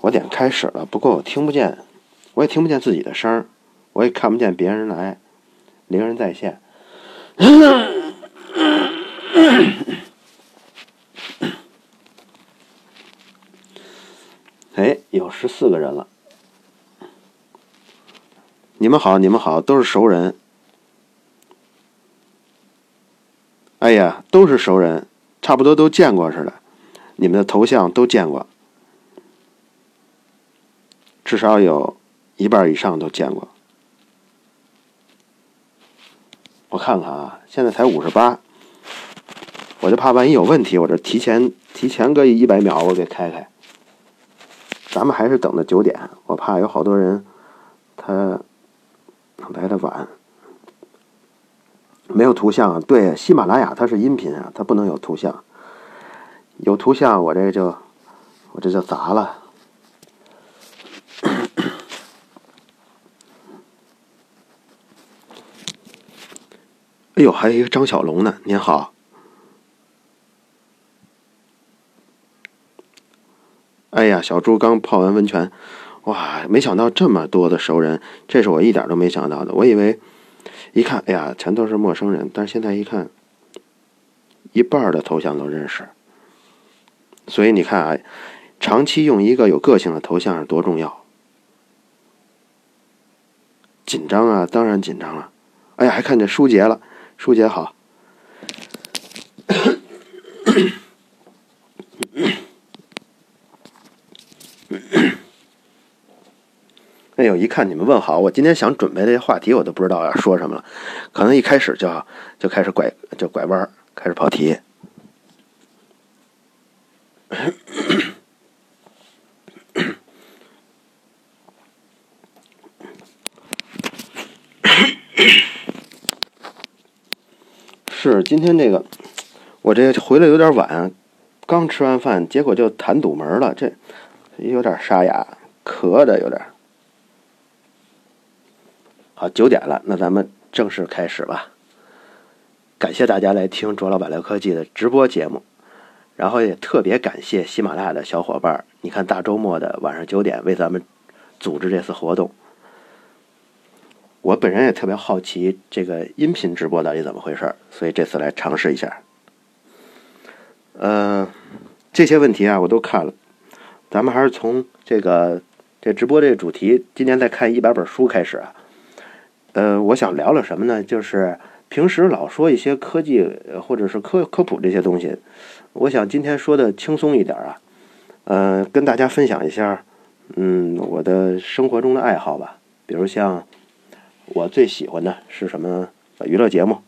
我点开始了，不过我听不见，我也听不见自己的声儿，我也看不见别人来，零人在线。哎，有14个人了。你们好，你们好，都是熟人。哎呀，都是熟人，差不多都见过似的。你们的头像都见过，至少有一半以上都见过。我看看啊，现在才58，我就怕万一有问题，我这提前个100秒我给开开。咱们还是等到9点，我怕有好多人他来的晚。没有图像啊？对，喜马拉雅它是音频啊，它不能有图像。有图像我这就砸了。哎呦，还有一个张小龙呢，您好。哎呀，小猪刚泡完温泉，哇，没想到这么多的熟人，这是我一点都没想到的。我以为一看，哎呀，全都是陌生人，但是现在一看，一半的头像都认识。所以你看啊，长期用一个有个性的头像是多重要。紧张啊，当然紧张了。哎呀，还看见舒杰了，舒杰好。哎呦，一看你们问好，我今天想准备这些话题，我都不知道要说什么了，可能一开始就开始拐弯，开始跑题。是今天这个，我这回来有点晚，刚吃完饭，结果就痰堵门了，这有点沙哑，咳的有点。好，9点了，那咱们正式开始吧。感谢大家来听卓老板聊科技的直播节目，然后也特别感谢喜马拉雅的小伙伴，你看大周末的晚上9点为咱们组织这次活动。我本人也特别好奇这个音频直播到底怎么回事，所以这次来尝试一下。这些问题啊我都看了，咱们还是从这直播这个主题，今年在看100本书开始啊。我想聊聊什么呢？就是平时老说一些科技或者是科普这些东西，我想今天说的轻松一点啊。跟大家分享一下，我的生活中的爱好吧。比如像我最喜欢的是什么娱乐节目？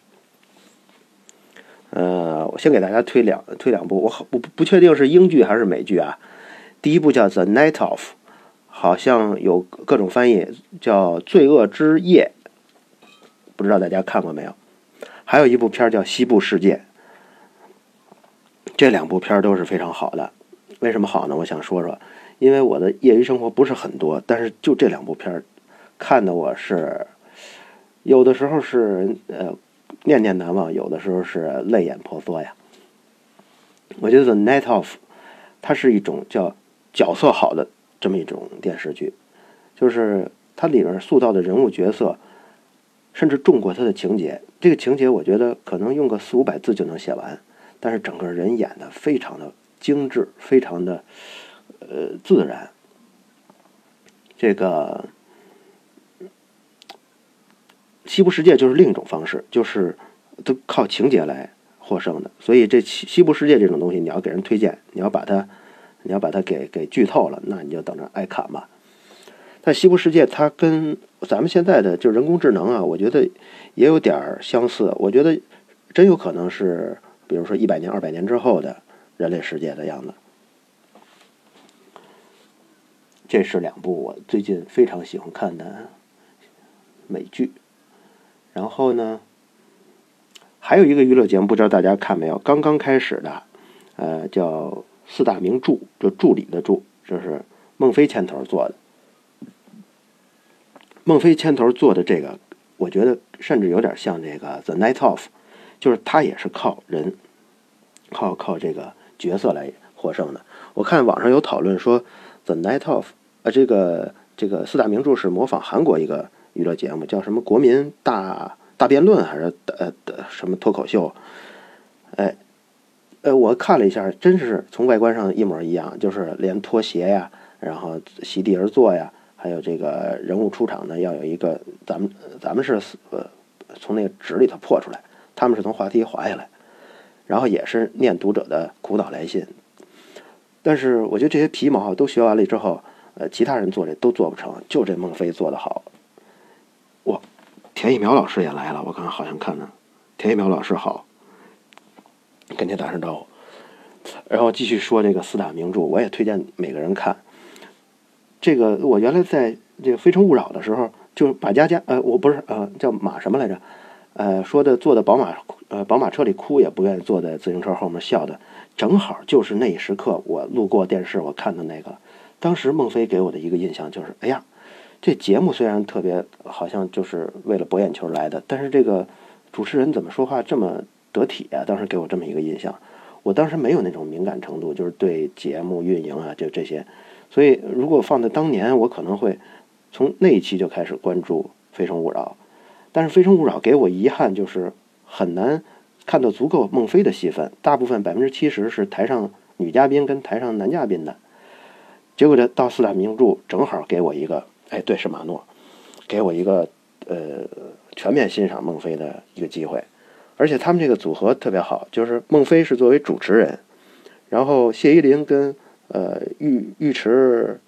我先给大家推两部，我不确定是英剧还是美剧啊。第一部叫《The Night Of》，好像有各种翻译，叫《罪恶之夜》，不知道大家看过没有？还有一部片叫《西部世界》，这2部片都是非常好的。为什么好呢？我想说说，因为我的业余生活不是很多，但是就这2部片看的我是有的时候是念念难忘，有的时候是泪眼婆娑呀。我觉得《The Night Of》它是一种叫角色好的这么一种电视剧，就是它里面塑造的人物角色，甚至重过它的情节。这个情节我觉得可能用个400-500字就能写完，但是整个人演的非常的精致，非常的自然。这个西部世界就是另一种方式，就是都靠情节来获胜的。所以这西部世界这种东西，你要给人推荐，你要把它给剧透了，那你就等着挨砍吧。但西部世界它跟咱们现在的就人工智能啊，我觉得也有点相似。我觉得真有可能是，比如说100年、200年之后的人类世界的样子。这是2部我最近非常喜欢看的美剧。然后呢，还有一个娱乐节目，不知道大家看没有？刚刚开始的，叫4大名著，就助理的助，这是孟非牵头做的。孟非牵头做的这个，我觉得甚至有点像这个《The Night Of》，就是他也是靠人，靠这个角色来获胜的。我看网上有讨论说，《 The Night of》，这个四大名著是模仿韩国一个娱乐节目，叫什么国民大辩论还是什么脱口秀？我看了一下，真是从外观上一模一样，就是连拖鞋呀，然后席地而坐呀，还有这个人物出场呢，要有一个咱们是从那个纸里头破出来，他们是从滑梯滑下来，然后也是念读者的苦恼来信。但是我觉得这些皮毛都学完了之后，其他人做这都做不成，就这孟非做得好。哇，田一苗老师也来了，我刚刚好像看着田一苗老师好，跟您打声招呼。然后继续说这个四大名著，我也推荐每个人看。这个我原来在这个《非诚勿扰》的时候，就马佳佳，我不是叫马什么来着？说的坐在宝马车里哭也不愿意坐在自行车后面笑的，正好就是那一时刻，我路过电视我看的那个。当时孟非给我的一个印象就是，哎呀，这节目虽然特别好像就是为了博眼球来的，但是这个主持人怎么说话这么得体啊？当时给我这么一个印象。我当时没有那种敏感程度，就是对节目运营啊，就这些。所以如果放在当年，我可能会从那一期就开始关注《非诚勿扰》。但是《非诚勿扰》给我遗憾就是很难看到足够孟非的戏份，大部分70%是台上女嘉宾跟台上男嘉宾的。结果这到四大名著正好给我一个，对，是马诺，给我一个全面欣赏孟非的一个机会。而且他们这个组合特别好，就是孟非是作为主持人，然后谢依霖跟尉迟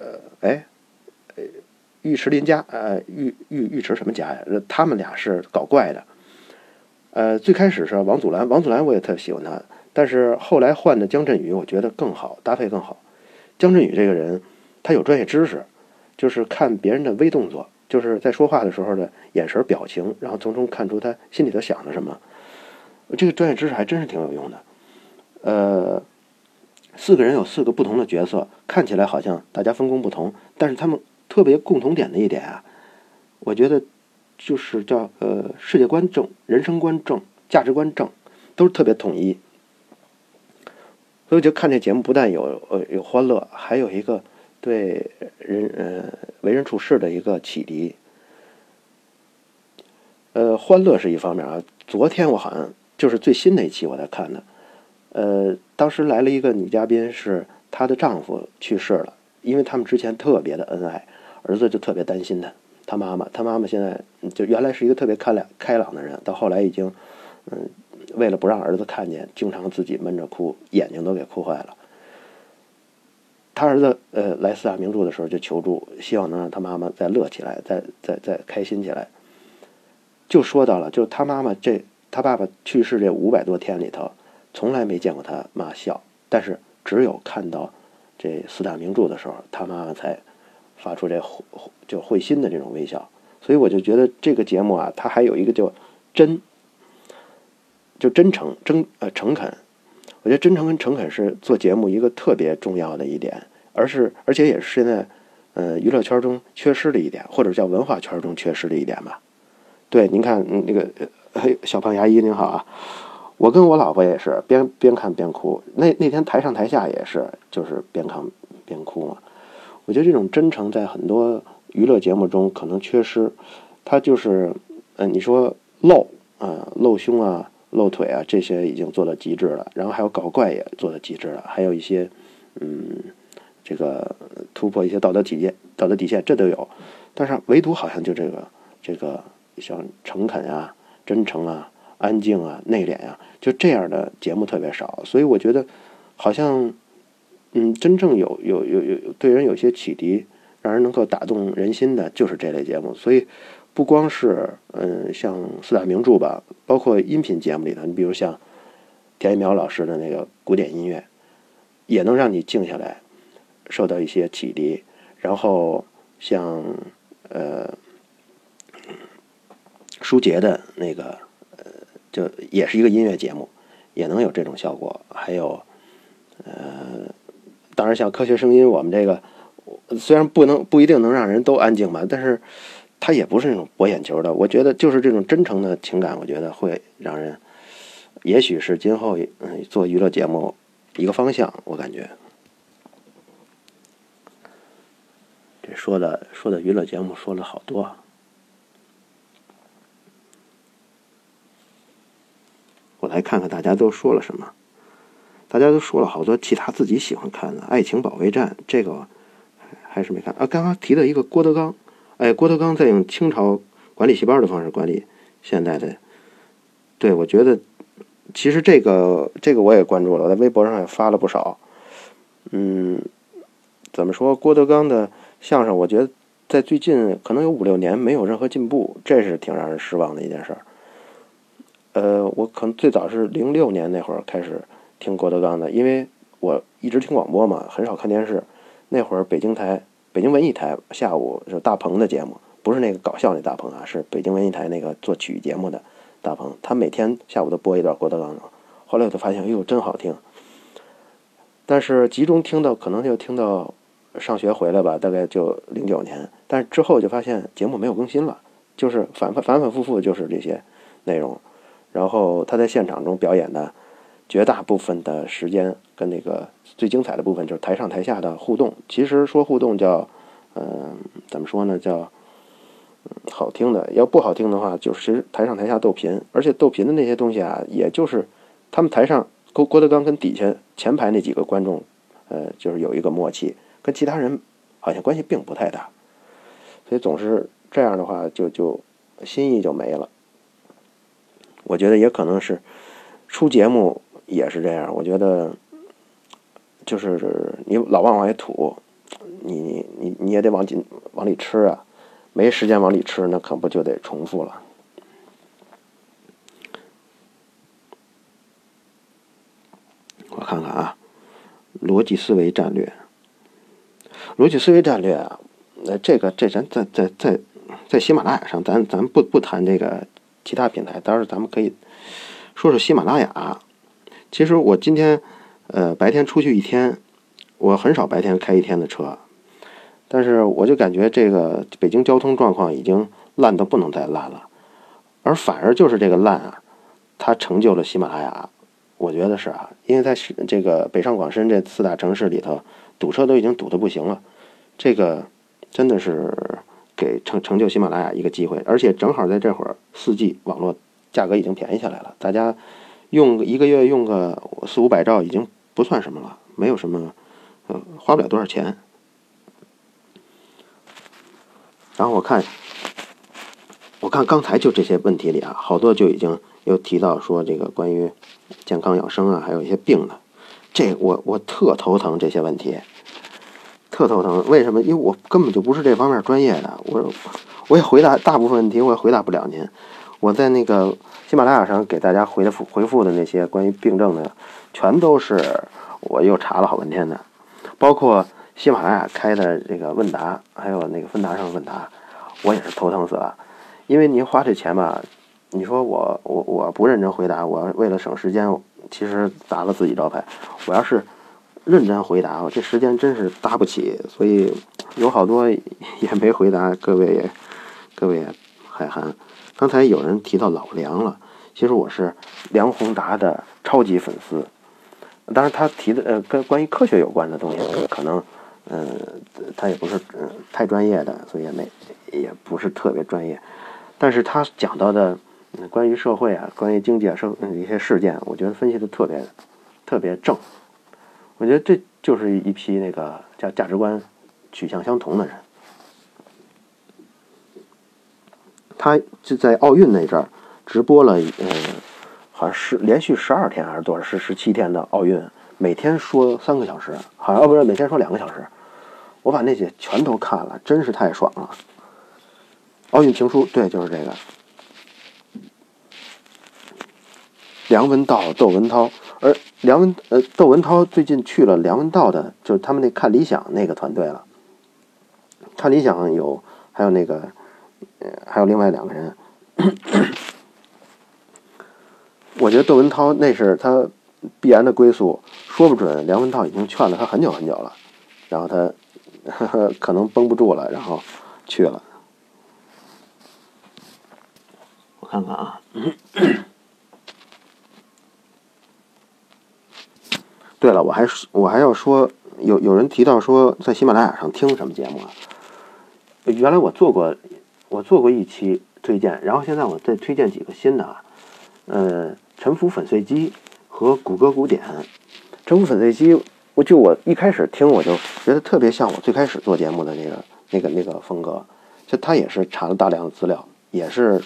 林家尉迟什么家呀？他们俩是搞怪的。最开始是王祖蓝我也特喜欢他，但是后来换的姜振宇，我觉得更好，搭配更好。姜振宇这个人，他有专业知识，就是看别人的微动作，就是在说话的时候的眼神表情，然后从中看出他心里头想着什么。这个专业知识还真是挺有用的。4个人有4个不同的角色，看起来好像大家分工不同，但是他们特别共同点的一点啊，我觉得就是叫世界观正、人生观正、价值观正，都是特别统一。所以我就看这节目不但有欢乐，还有一个对为人处事的一个启迪。欢乐是一方面啊，昨天我好像就是最新的一期我在看的。当时来了一个女嘉宾，是她的丈夫去世了，因为他们之前特别的恩爱，儿子就特别担心她妈妈现在就原来是一个特别开朗的人，到后来已经为了不让儿子看见，经常自己闷着哭，眼睛都给哭坏了。他儿子来四大名著的时候就求助，希望能让他妈妈再乐起来，再开心起来。就说到了，就他妈妈他爸爸去世这500多天里头，从来没见过他妈笑，但是只有看到这四大名著的时候，他妈妈才发出这就会心的这种微笑。所以我就觉得这个节目啊，它还有一个叫真诚诚恳。我觉得真诚跟诚恳是做节目一个特别重要的一点，而且也是现在娱乐圈中缺失的一点，或者叫文化圈中缺失的一点吧。对，您看那个小胖牙医您好啊，我跟我老婆也是边看边哭，那天台上台下也是就是边看边哭嘛。我觉得这种真诚在很多娱乐节目中可能缺失，它就是你说露胸啊露腿啊，这些已经做到极致了，然后还有搞怪也做到极致了，还有一些这个突破一些道德底线这都有，但是唯独好像就这个像诚恳啊真诚啊安静啊内敛啊，就这样的节目特别少。所以我觉得好像真正有对人有些启迪，让人能够打动人心的就是这类节目。所以不光是像四大名著吧，包括音频节目里头，你比如像田一苗老师的那个古典音乐，也能让你静下来受到一些启迪。然后像舒杰的那个就也是一个音乐节目，也能有这种效果。还有当然像科学声音，我们这个虽然不一定能让人都安静吧，但是它也不是那种博眼球的。我觉得就是这种真诚的情感，我觉得会让人，也许是今后做娱乐节目一个方向，我感觉。 这说的娱乐节目说了好多。我来看看大家都说了什么。大家都说了好多其他自己喜欢看的，《爱情保卫战》这个还是没看啊。刚刚提了一个郭德纲，郭德纲在用清朝管理细胞的方式管理现在的。对，我觉得其实这个我也关注了，我在微博上也发了不少。怎么说？郭德纲的相声，我觉得在最近可能有5-6年没有任何进步，这是挺让人失望的一件事儿。我可能最早是06年那会儿开始听郭德纲的，因为我一直听广播嘛，很少看电视。那会儿北京文艺台下午是大鹏的节目，不是那个搞笑那大鹏啊，是北京文艺台那个做曲艺节目的大鹏，他每天下午都播一段郭德纲的。后来我就发现，哎呦，真好听。但是集中听到，可能就听到上学回来吧，大概就09年。但是之后就发现节目没有更新了，就是反复复就是这些内容。然后他在现场中表演的绝大部分的时间跟那个最精彩的部分就是台上台下的互动。其实说互动叫怎么说呢，叫好听的。要不好听的话，就是台上台下斗贫。而且斗贫的那些东西啊，也就是他们台上郭德纲跟底下前排那几个观众就是有一个默契，跟其他人好像关系并不太大。所以总是这样的话就新意就没了。我觉得也可能是出节目也是这样。我觉得就是你老往外吐，你也得往里吃啊，没时间往里吃，那可不就得重复了。我看看啊，逻辑思维战略啊，这咱在喜马拉雅上，咱不谈这个其他平台，到时候咱们可以说说喜马拉雅。其实我今天白天出去一天，我很少白天开一天的车，但是我就感觉这个北京交通状况已经烂到不能再烂了，而反而就是这个烂啊，它成就了喜马拉雅。我觉得是啊，因为在这个北上广深这4大城市里头，堵车都已经堵得不行了，这个真的是给成就喜马拉雅一个机会。而且正好在这会儿，4G 网络价格已经便宜下来了，大家用一个月用个400-500兆已经不算什么了，没有什么花不了多少钱。然后我看刚才就这些问题里啊，好多就已经又提到说这个关于健康养生啊，还有一些病的，这我特头疼这些问题，特头疼。为什么？因为我根本就不是这方面专业的，我也回答大部分问题，我也回答不了您。我在那个喜马拉雅上给大家回复的那些关于病症的，全都是我又查了好半天的，包括喜马拉雅开的这个问答，还有那个芬达上问答，我也是头疼死了。因为您花这钱吧，你说我不认真回答，我为了省时间，其实砸了自己招牌。我要是认真回答，这时间真是搭不起，所以有好多也没回答，各位也海涵。刚才有人提到老梁了，其实我是梁宏达的超级粉丝。当然他提的跟关于科学有关的东西，可能他也不是太专业的，所以也不是特别专业。但是他讲到的关于社会啊，关于经济啊，一些事件，我觉得分析的特别正。我觉得这就是一批那个价值观取向相同的人。他就在奥运那阵儿直播了，好像是连续12天还是多少，是17天的奥运，每天说3个小时，好像不是每天说2个小时。我把那些全都看了，真是太爽了。奥运评书，对，就是这个。梁文道、窦文涛，而窦文涛最近去了梁文道的，就是他们那看理想那个团队了。看理想还有那个还有另外2个人。我觉得窦文涛那是他必然的归宿，说不准梁文道已经劝了他很久很久了，然后他可能绷不住了，然后去了。我看看啊，对了，我还要说，有人提到说在喜马拉雅上听什么节目啊？ 原来我做过一期推荐，然后现在我再推荐几个新的啊。沉浮粉碎机和谷歌古典。沉浮粉碎机，我一开始听我就觉得特别像我最开始做节目的那个风格，就他也是查了大量的资料，也是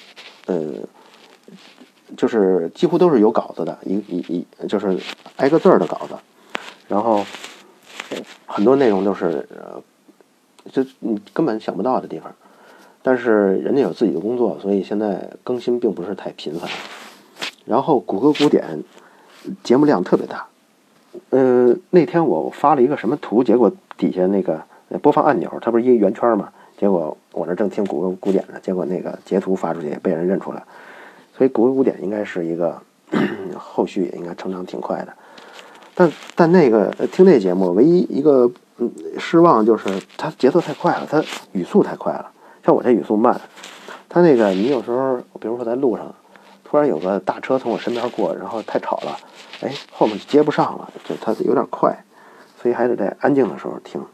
就是几乎都是有稿子的，就是挨个字儿的稿子，然后很多内容都是就你根本想不到的地方，但是人家有自己的工作，所以现在更新并不是太频繁。然后谷歌古典节目量特别大，那天我发了一个什么图，结果底下那个播放按钮，它不是一个圆圈嘛？结果我这正听谷歌古典呢，结果那个截图发出去也被人认出来，所以谷歌古典应该是一个后续也应该成长挺快的。但那个听那节目唯一一个失望就是它节奏太快了，它语速太快了，像我这语速慢，它那个你有时候比如说在路上突然有个大车从我身边过，然后太吵了，后面就接不上了，就它有点快，所以还得在安静的时候听。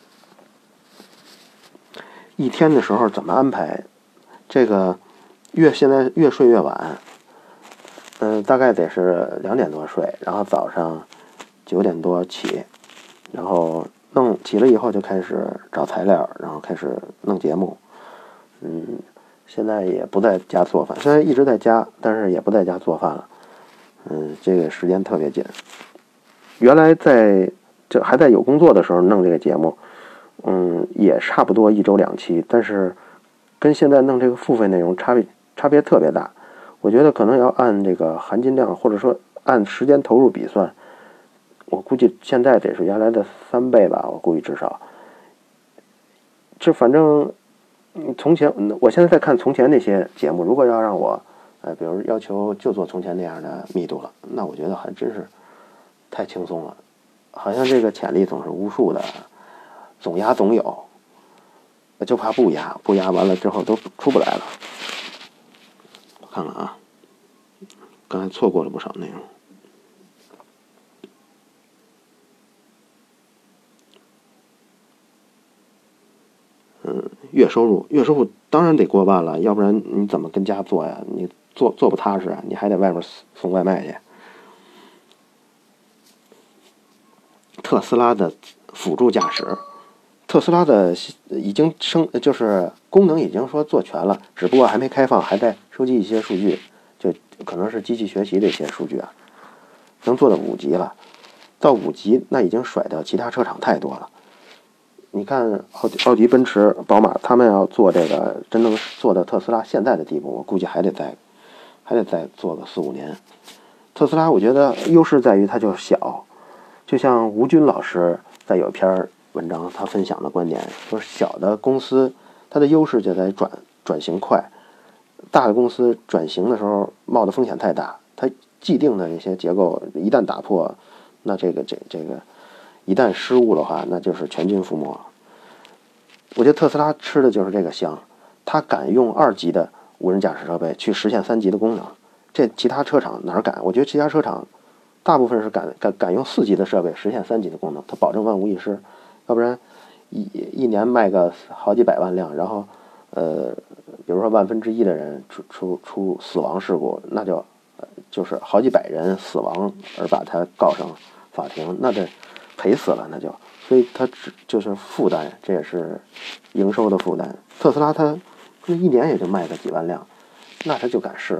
一天的时候怎么安排？这个现在越睡越晚，大概得是2点多睡，然后早上9点多起，然后起了以后就开始找材料，然后开始弄节目。现在也不在家做饭，虽然一直在家，但是也不在家做饭了。这个时间特别紧。原来还在有工作的时候弄这个节目，也差不多1周2期，但是跟现在弄这个付费内容差别特别大。我觉得可能要按这个含金量，或者说按时间投入比算，我估计现在得是原来的3倍吧，我估计至少。这反正从前，我现在在看从前那些节目，如果要让我比如要求就做从前那样的密度了，那我觉得还真是太轻松了，好像这个潜力总是无数的，总压总有，就怕不压完了之后都出不来了。我看看啊，刚才错过了不少内容。月收入当然得过万了，要不然你怎么跟家做呀？你做不踏实啊，你还得外面送外卖去。特斯拉的辅助驾驶，特斯拉的已经就是功能已经说做全了，只不过还没开放，还在收集一些数据，就可能是机器学习的一些数据啊，能做到5级了。到5级那已经甩掉其他车厂太多了。你看奥迪、奔驰、宝马，他们要做这个真正做到特斯拉现在的地步，我估计还得再做个4、5年。特斯拉我觉得优势在于它就小，就像吴军老师在有一篇文章他分享的观点，就是小的公司它的优势就在转型快，大的公司转型的时候冒的风险太大，它既定的一些结构一旦打破，那这个一旦失误的话，那就是全军覆没。我觉得特斯拉吃的就是这个香，它敢用2级的无人驾驶设备去实现3级的功能，这其他车厂哪敢？我觉得其他车厂大部分是敢用4级的设备实现3级的功能，它保证万无一失，要不然一年卖个好几百万辆，然后比如说1/1000的人出死亡事故，那就是好几百人死亡而把它告上法庭，那这赔死了，那就，所以它就是负担，这也是营收的负担。特斯拉它一年也就卖个几万辆，那它就敢试。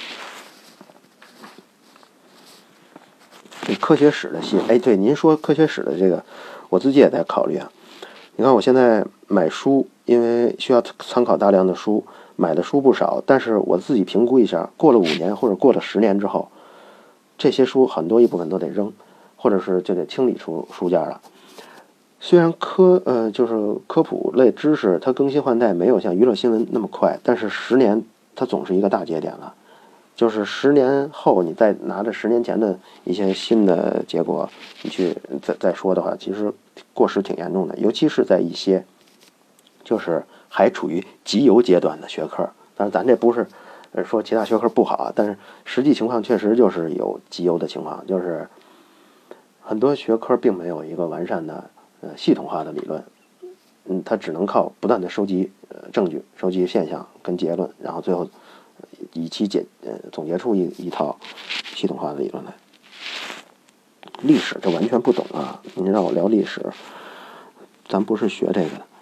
科学史的戏，对，您说科学史的这个，我自己也在考虑啊。你看我现在买书，因为需要参考大量的书，买的书不少，但是我自己评估一下，过了5年或者过了10年之后，这些书很多一部分都得扔，或者是就得清理出书架了。虽然就是科普类知识它更新换代没有像娱乐新闻那么快，但是10年它总是一个大节点了。就是10年后你再拿着10年前的一些新的结果你去再说的话，其实过时挺严重的，尤其是在一些就是还处于集邮阶段的学科。当然咱这不是说其他学科不好啊，但是实际情况确实就是有集邮的情况，就是很多学科并没有一个完善的系统化的理论，它只能靠不断的收集证据，收集现象跟结论，然后最后以其总结出一套系统化的理论来。历史这完全不懂啊！你让我聊历史，咱不是学这个的。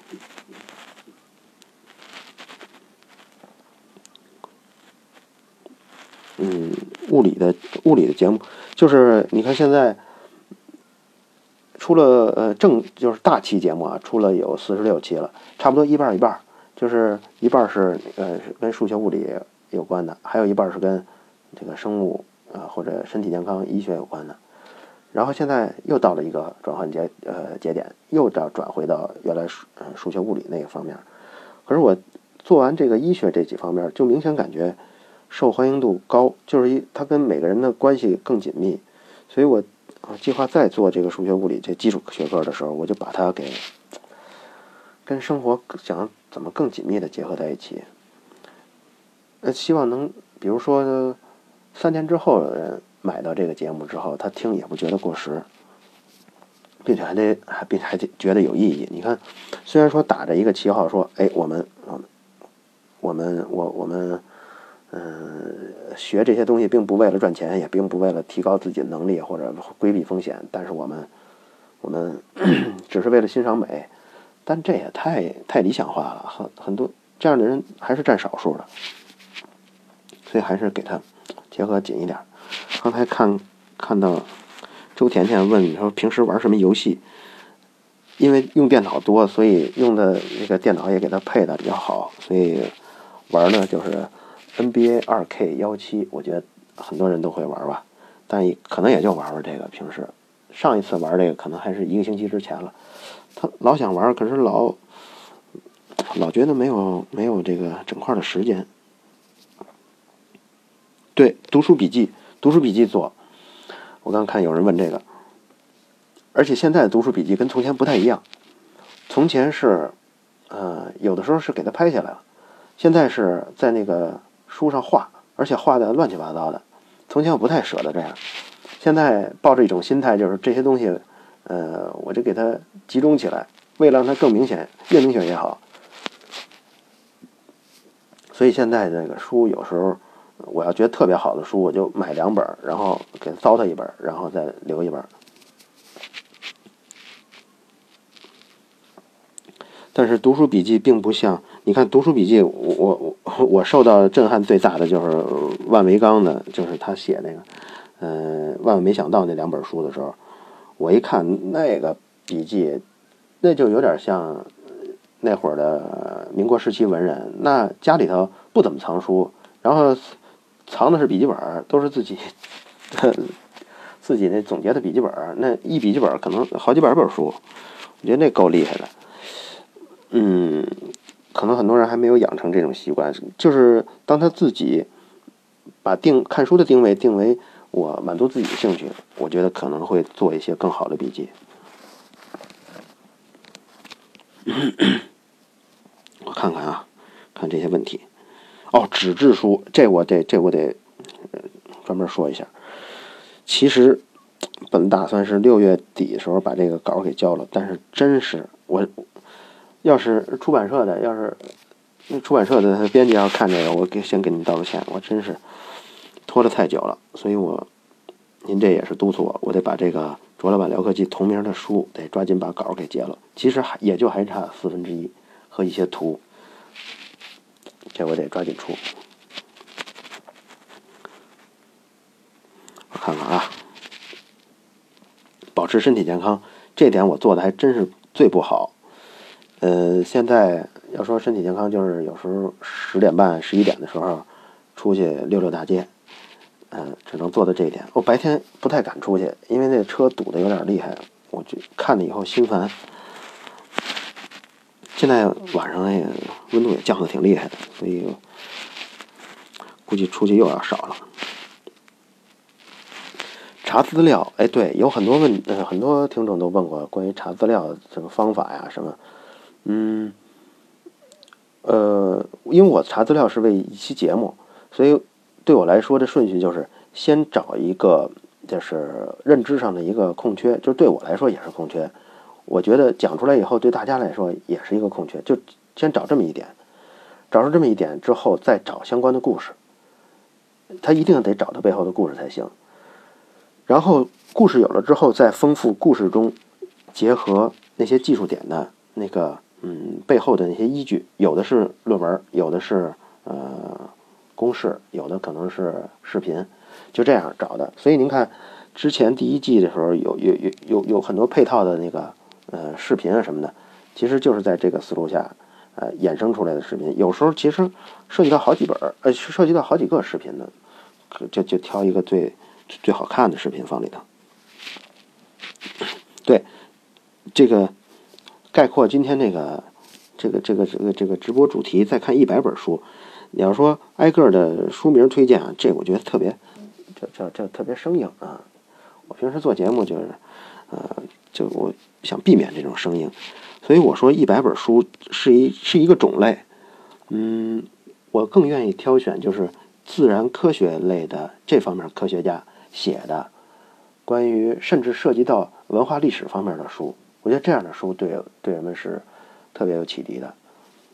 物理的节目，就是你看现在出了就是大期节目啊，出了有46期了，差不多一半一半，就是一半是跟数学物理有关的，还有一半是跟这个生物或者身体健康医学有关的。然后现在又到了一个转换节点，又转回到原来数学物理那个方面。可是我做完这个医学这几方面，就明显感觉受欢迎度高，就是它跟每个人的关系更紧密。所以我计划再做这个数学物理这基础学科的时候，我就把它给跟生活想怎么更紧密的结合在一起。希望能比如说3天之后的人买到这个节目之后，他听也不觉得过时，并且还觉得有意义。你看，虽然说打着一个旗号说，我们学这些东西并不为了赚钱，也并不为了提高自己的能力或者规避风险，但是我们只是为了欣赏美。但这也太理想化了，很多这样的人还是占少数的，所以还是给他结合紧一点。刚才看到周甜甜问你说平时玩什么游戏，因为用电脑多，所以用的那个电脑也给他配的比较好，所以玩呢就是 NBA 2K17，我觉得很多人都会玩吧，但可能也就玩这个。平时上一次玩这个可能还是1个星期之前了，他老想玩，可是老觉得没有这个整块的时间。对，读书笔记做，我刚看有人问这个，而且现在的读书笔记跟从前不太一样，从前是有的时候是给它拍下来了，现在是在那个书上画，而且画的乱七八糟的。从前我不太舍得这样，现在抱着一种心态，就是这些东西我就给它集中起来，为了让它更明显，越明显越好。所以现在这个书有时候我要觉得特别好的书，我就买2本，然后给糟蹋1本，然后再留1本。但是读书笔记并不像，你看读书笔记，我受到震撼最大的就是万维钢的，就是他写那个万万没想到那2本书的时候，我一看那个笔记，那就有点像那会儿的民国时期文人，那家里头不怎么藏书，然后藏的是笔记本，都是自己那总结的笔记本，那一笔记本可能好几百本书，我觉得那够厉害的。可能很多人还没有养成这种习惯，就是当他自己把看书的定为我满足自己的兴趣，我觉得可能会做一些更好的笔记。我看看啊，看这些问题。纸质书，这我得专门说一下。其实本打算是6月底的时候把这个稿给交了，但是真是我要是出版社的，编辑要看这个，我先给您道个歉，我真是拖得太久了，所以您这也是督促我得把这个卓老板聊科技同名的书得抓紧把稿给结了。其实也就还差1/4和一些图，这我得抓紧出。我看看啊，保持身体健康，这点我做的还真是最不好。现在要说身体健康，就是有时候10点半、11点的时候出去溜大街，只能做到这一点。我白天不太敢出去，因为那车堵得有点厉害，我就看了以后心烦。现在晚上那个温度也降得挺厉害的，所以估计出去又要少了。查资料，对，有很多听众都问过关于查资料这个方法呀什么。因为我查资料是为一期节目，所以对我来说这顺序就是先找一个就是认知上的一个空缺，就对我来说也是空缺，我觉得讲出来以后对大家来说也是一个空缺，就先找这么一点， 找出这么一点之后，再找相关的故事，他一定得找到背后的故事才行。然后故事有了之后，再丰富故事中结合那些技术点的那个背后的那些依据，有的是论文，有的是公式，有的可能是视频，就这样找的。所以您看之前第1季的时候有很多配套的那个视频啊什么的，其实就是在这个思路下衍生出来的视频。有时候其实涉及到好几本涉及到好几个视频的，就挑一个最好看的视频放里头。对，这个概括今天这个直播主题，再看100本书。你要说挨个的书名推荐啊，这我觉得特别特别生硬啊。我平时做节目就是就我想避免这种生硬，所以我说100本书是一个种类。我更愿意挑选就是自然科学类的这方面科学家写的关于甚至涉及到文化历史方面的书，我觉得这样的书对人们是特别有启迪的。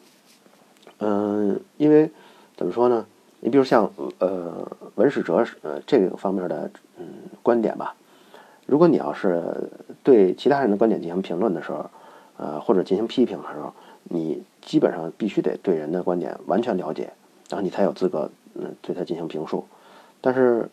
因为怎么说呢？你比如像文史哲这个方面的观点吧，如果你要是对其他人的观点进行评论的时候，或者进行批评的时候，你基本上必须得对人的观点完全了解，然后你才有资格对他进行评述。但是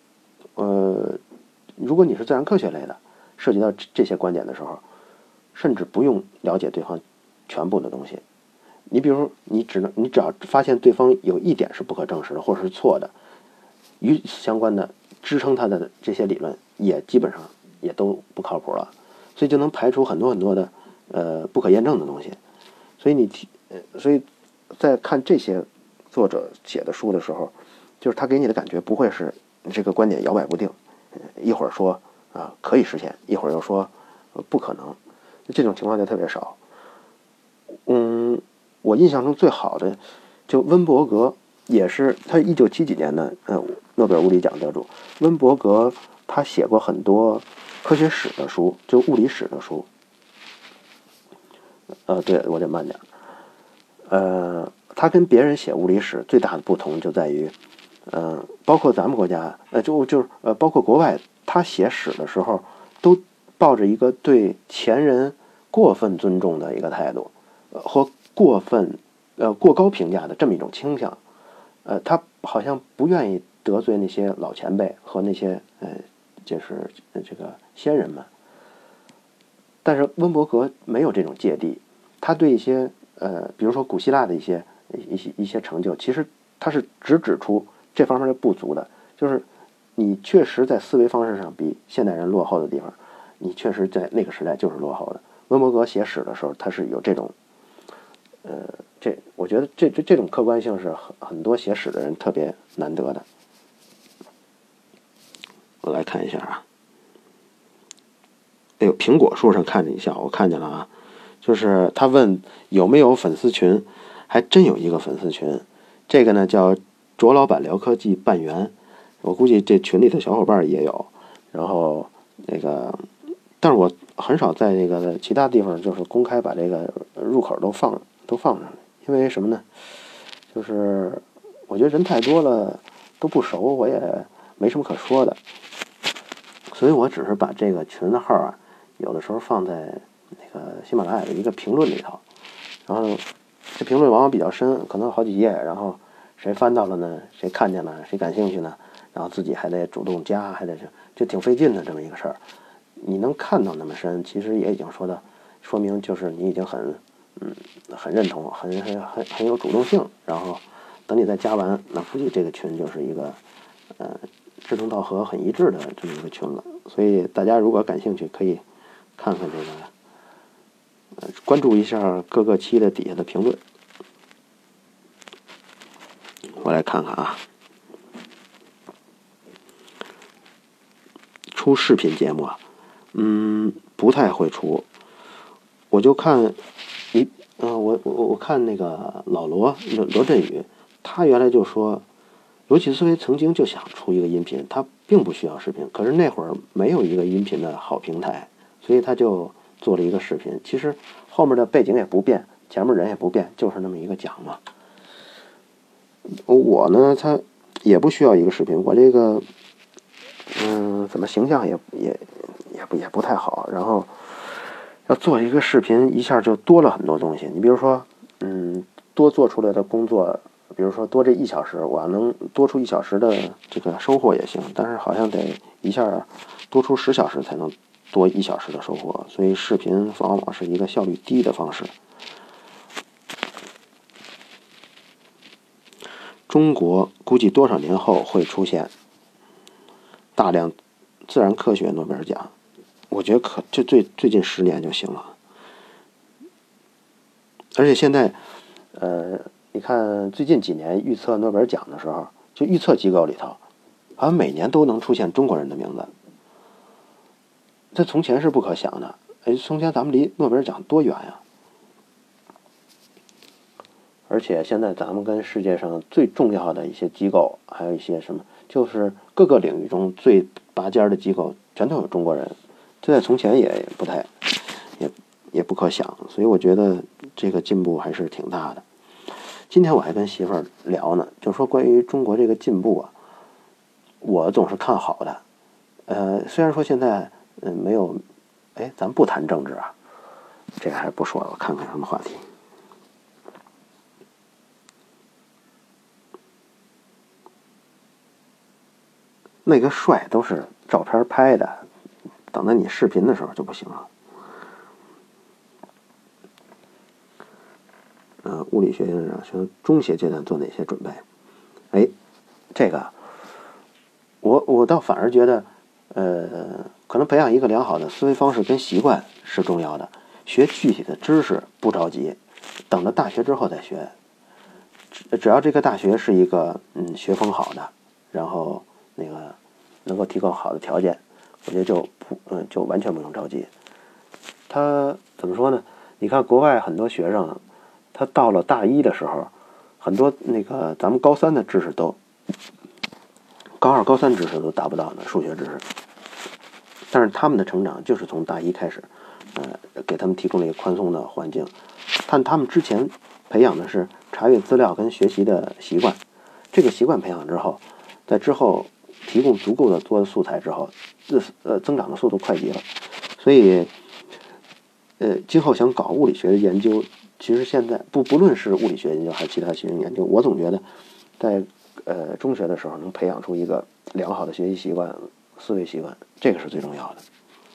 如果你是自然科学类的，涉及到这些观点的时候，甚至不用了解对方全部的东西。你比如你只要发现对方有一点是不可证实的或者是错的，与此相关的支撑他的这些理论也基本上也都不靠谱了，所以就能排除很多的不可验证的东西。所以在看这些作者写的书的时候，就是他给你的感觉不会是这个观点摇摆不定，一会儿说可以实现，一会儿又说不可能，这种情况就特别少。我印象中最好的就温伯格，也是他1970几年的诺贝尔物理奖得主。温伯格他写过很多科学史的书，就物理史的书。对，我得慢点。他跟别人写物理史最大的不同就在于，包括咱们国家，就是包括国外，他写史的时候都抱着一个对前人过分尊重的一个态度，或过高评价的这么一种倾向。他好像不愿意得罪那些老前辈和那些就是这个先人们。但是温伯格没有这种芥蒂，他对一些比如说古希腊的一些成就，其实他是只指出这方面的不足的，就是你确实在思维方式上比现代人落后的地方，你确实在那个时代就是落后的。温伯格写史的时候，他是有这种我觉得这种客观性是很多写史的人特别难得的。我来看一下啊，哎呦，苹果树上看着一下，我看见了啊，就是他问有没有粉丝群，还真有一个粉丝群，这个呢叫卓老板聊科技办园，我估计这群里的小伙伴也有。然后那个，但是我很少在那个其他地方就是公开把这个入口都放上来，因为什么呢？就是我觉得人太多了都不熟，我也没什么可说的，所以我只是把这个群的号啊，有的时候放在那个喜马拉雅的一个评论里头，然后这评论往往比较深，可能好几页，然后谁翻到了呢？谁看见了？谁感兴趣呢？然后自己还得主动加，还得就挺费劲的这么一个事儿。你能看到那么深，其实也已经说明就是你已经很认同，很有主动性。然后等你再加完，那估计这个群就是一个志同道合、很一致的这么一个群了。所以大家如果感兴趣，可以看看这个关注一下各个期的底下的评论。我来看看啊，出视频节目啊，不太会出。我就看我看那个老罗振宇，他原来就说，罗辑思维曾经就想出一个音频，他并不需要视频，可是那会儿没有一个音频的好平台，所以他就做了一个视频。其实后面的背景也不变，前面人也不变，就是那么一个讲嘛。 我呢，他也不需要一个视频，我这个怎么形象也不太好，然后要做一个视频，一下就多了很多东西。你比如说，多做出来的工作，比如说多这1小时，我要能多出1小时的这个收获也行，但是好像得一下多出10小时才能多1小时的收获，所以视频往往是一个效率低的方式。中国估计多少年后会出现大量自然科学诺贝尔奖？我觉得就最近10年就行了。而且现在，你看最近几年预测诺贝尔奖的时候，就预测机构里头，好像每年都能出现中国人的名字。这从前是不可想的。从前咱们离诺贝尔奖多远呀？而且现在咱们跟世界上最重要的一些机构，还有一些什么，就是各个领域中最拔尖的机构，全都有中国人。这在从前也不太，也不可想。所以我觉得这个进步还是挺大的。今天我还跟媳妇儿聊呢，就说关于中国这个进步啊，我总是看好的。虽然说现在没有，咱不谈政治啊，这个还不说了，我看看什么话题。那个帅都是照片拍的，等到你视频的时候就不行了。物理学院长说中学阶段做哪些准备？这个我倒反而觉得，可能培养一个良好的思维方式跟习惯是重要的。学具体的知识不着急，等到大学之后再学。只要这个大学是一个学风好的，然后那个能够提供好的条件，我觉得就完全不用着急。他怎么说呢？你看国外很多学生，他到了大一的时候，很多那个咱们高3的知识都，高2、高3知识都达不到的数学知识，但是他们的成长就是从大一开始，给他们提供了一个宽松的环境，但他们之前培养的是查阅资料跟学习的习惯，这个习惯培养之后，在之后提供足够的多的素材之后，增长的速度快极了。所以今后想搞物理学的研究，其实现在不论是物理学研究还是其他学科研究，我总觉得在中学的时候能培养出一个良好的学习习惯、思维习惯，这个是最重要的。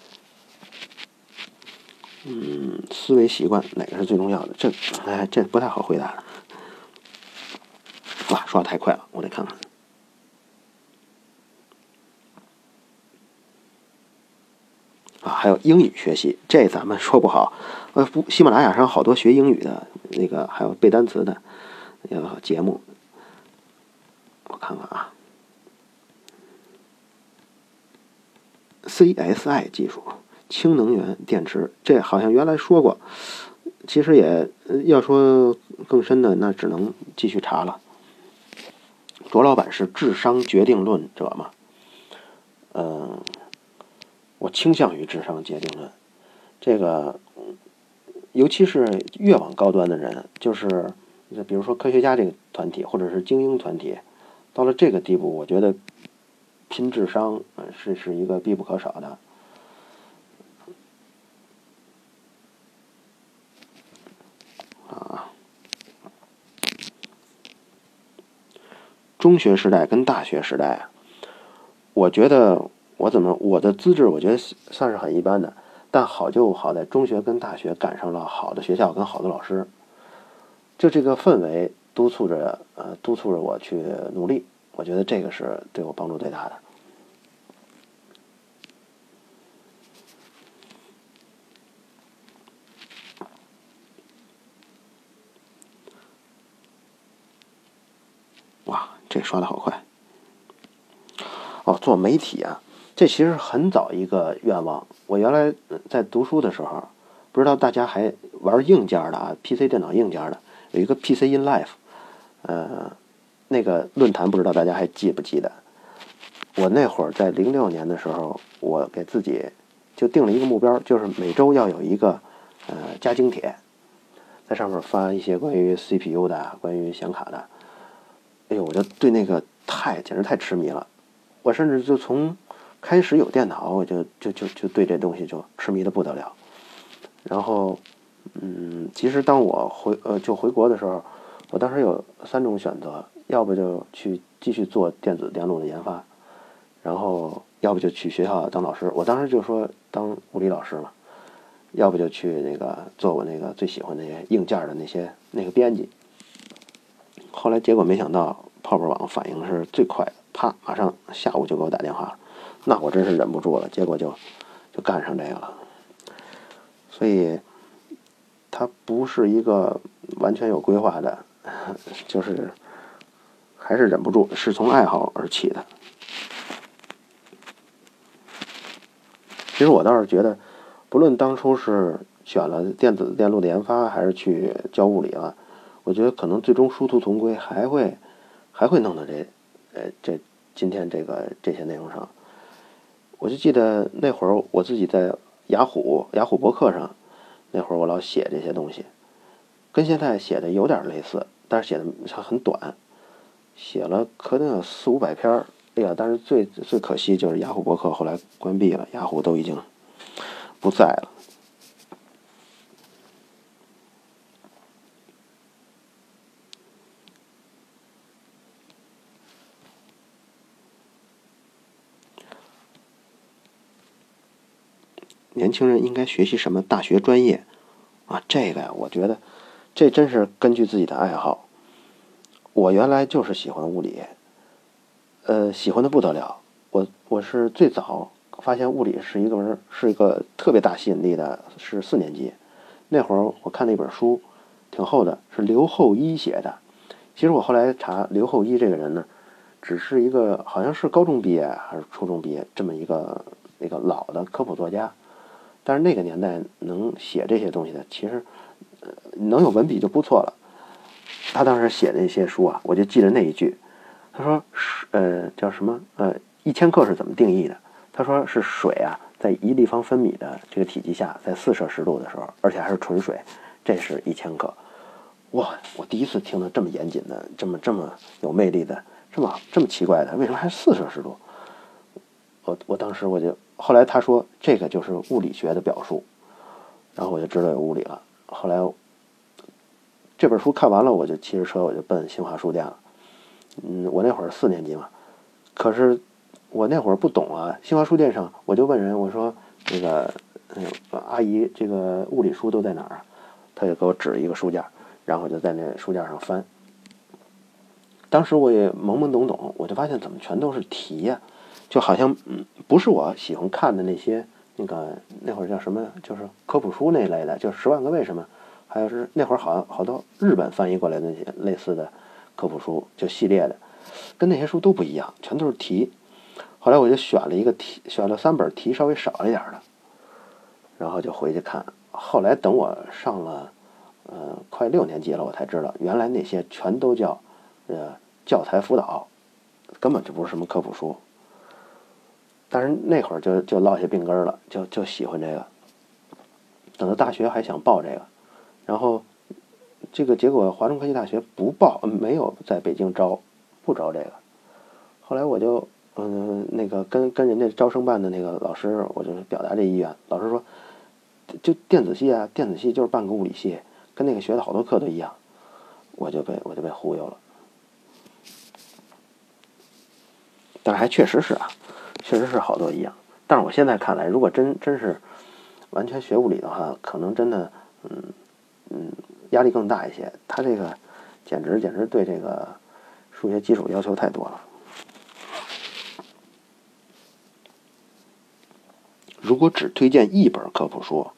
思维习惯哪个是最重要的？这不太好回答了。哇，说的太快了，我得看看。还有英语学习，这咱们说不好。喜马拉雅上好多学英语的那个，还有背单词的节目，我看看啊。CSI 技术，氢能源电池，这好像原来说过。其实也要说更深的，那只能继续查了。卓老板是智商决定论者嘛？我倾向于智商决定论。这个，尤其是越往高端的人，就是比如说科学家这个团体，或者是精英团体，到了这个地步，我觉得拼智商是一个必不可少的。中学时代跟大学时代，我觉得我的资质我觉得算是很一般的，但好就好在中学跟大学赶上了好的学校跟好的老师，就这个氛围督促着我去努力，我觉得这个是对我帮助最大的。哇，这刷的好快！做媒体啊，这其实很早一个愿望。我原来在读书的时候，不知道大家还玩硬件的啊 ，PC 电脑硬件的，有一个 PC in Life，那个论坛不知道大家还记不记得？我那会儿在06年的时候，我给自己就定了一个目标，就是每周要有一个加精帖，在上面发一些关于 CPU 的、关于显卡的。 哎呦，我就对那个简直太痴迷了。我甚至就从开始有电脑，我就对这东西就痴迷的不得了。然后，其实当我回国的时候，我当时有3种选择，要不就去继续做电子电路的研发，然后要不就去学校当老师。我当时就说当物理老师嘛，要不就去那个做我那个最喜欢那些硬件的那个编辑。后来结果没想到泡泡网反应是最快的，啪，马上下午就给我打电话了。那我真是忍不住了，结果就干上这个了。所以它不是一个完全有规划的，就是还是忍不住，是从爱好而起的。其实我倒是觉得，不论当初是选了电子电路的研发，还是去教物理了，我觉得可能最终殊途同归，还会弄到今天这些内容上。我就记得那会儿我自己在雅虎博客上，那会儿我老写这些东西，跟现在写的有点类似，但是写的很短，写了可能有400-500篇。哎呀，但是最可惜就是雅虎博客后来关闭了，雅虎都已经不在了。年轻人应该学习什么大学专业啊？这个呀，我觉得这真是根据自己的爱好。我原来就是喜欢物理，喜欢的不得了。我是最早发现物理是一个特别大吸引力的，是4年级那会儿我看了一本书，挺厚的，是刘厚一写的。其实我后来查，刘厚一这个人呢，只是一个好像是高中毕业还是初中毕业这么一个那个老的科普作家。但是那个年代能写这些东西的，其实能有文笔就不错了。他当时写的一些书啊，我就记得那一句，他说叫什么1000克是怎么定义的？他说是水啊，在1立方分米的这个体积下，在4摄氏度的时候，而且还是纯水，这是1000克。哇！我第一次听到这么严谨的、这么有魅力的、这么奇怪的，为什么还是4摄氏度？我当时后来他说这个就是物理学的表述，然后我就知道有物理了。后来这本书看完了，我就骑着车我就奔新华书店了。我那会儿4年级嘛，可是我那会儿不懂啊。新华书店上我就问人，我说这个阿姨，这个物理书都在哪儿啊？他就给我指一个书架，然后我就在那书架上翻。当时我也懵懵懂懂，我就发现怎么全都是题呀，就好像不是我喜欢看的那些那会儿叫什么，就是科普书那类的，就10万个为什么，还有是那会儿好多日本翻译过来的那些类似的科普书，就系列的，跟那些书都不一样，全都是题。后来我就选了3本题稍微少一点的，然后就回去看。后来等我上了快6年级了，我才知道原来那些全都叫教材辅导，根本就不是什么科普书。但是那会儿就落下病根了，就喜欢这个。等到大学还想报这个，然后这个结果华中科技大学不报，没有在北京不招这个。后来我就那个跟人家招生办的那个老师，我就表达这意愿。老师说，就电子系啊，电子系就是半个物理系，跟那个学的好多课都一样。我就被忽悠了。但是还确实是啊，确实是好多一样。但是我现在看来，如果真是完全学物理的话，可能真的压力更大一些。他这个简直对这个数学基础要求太多了。如果只推荐一本科普书，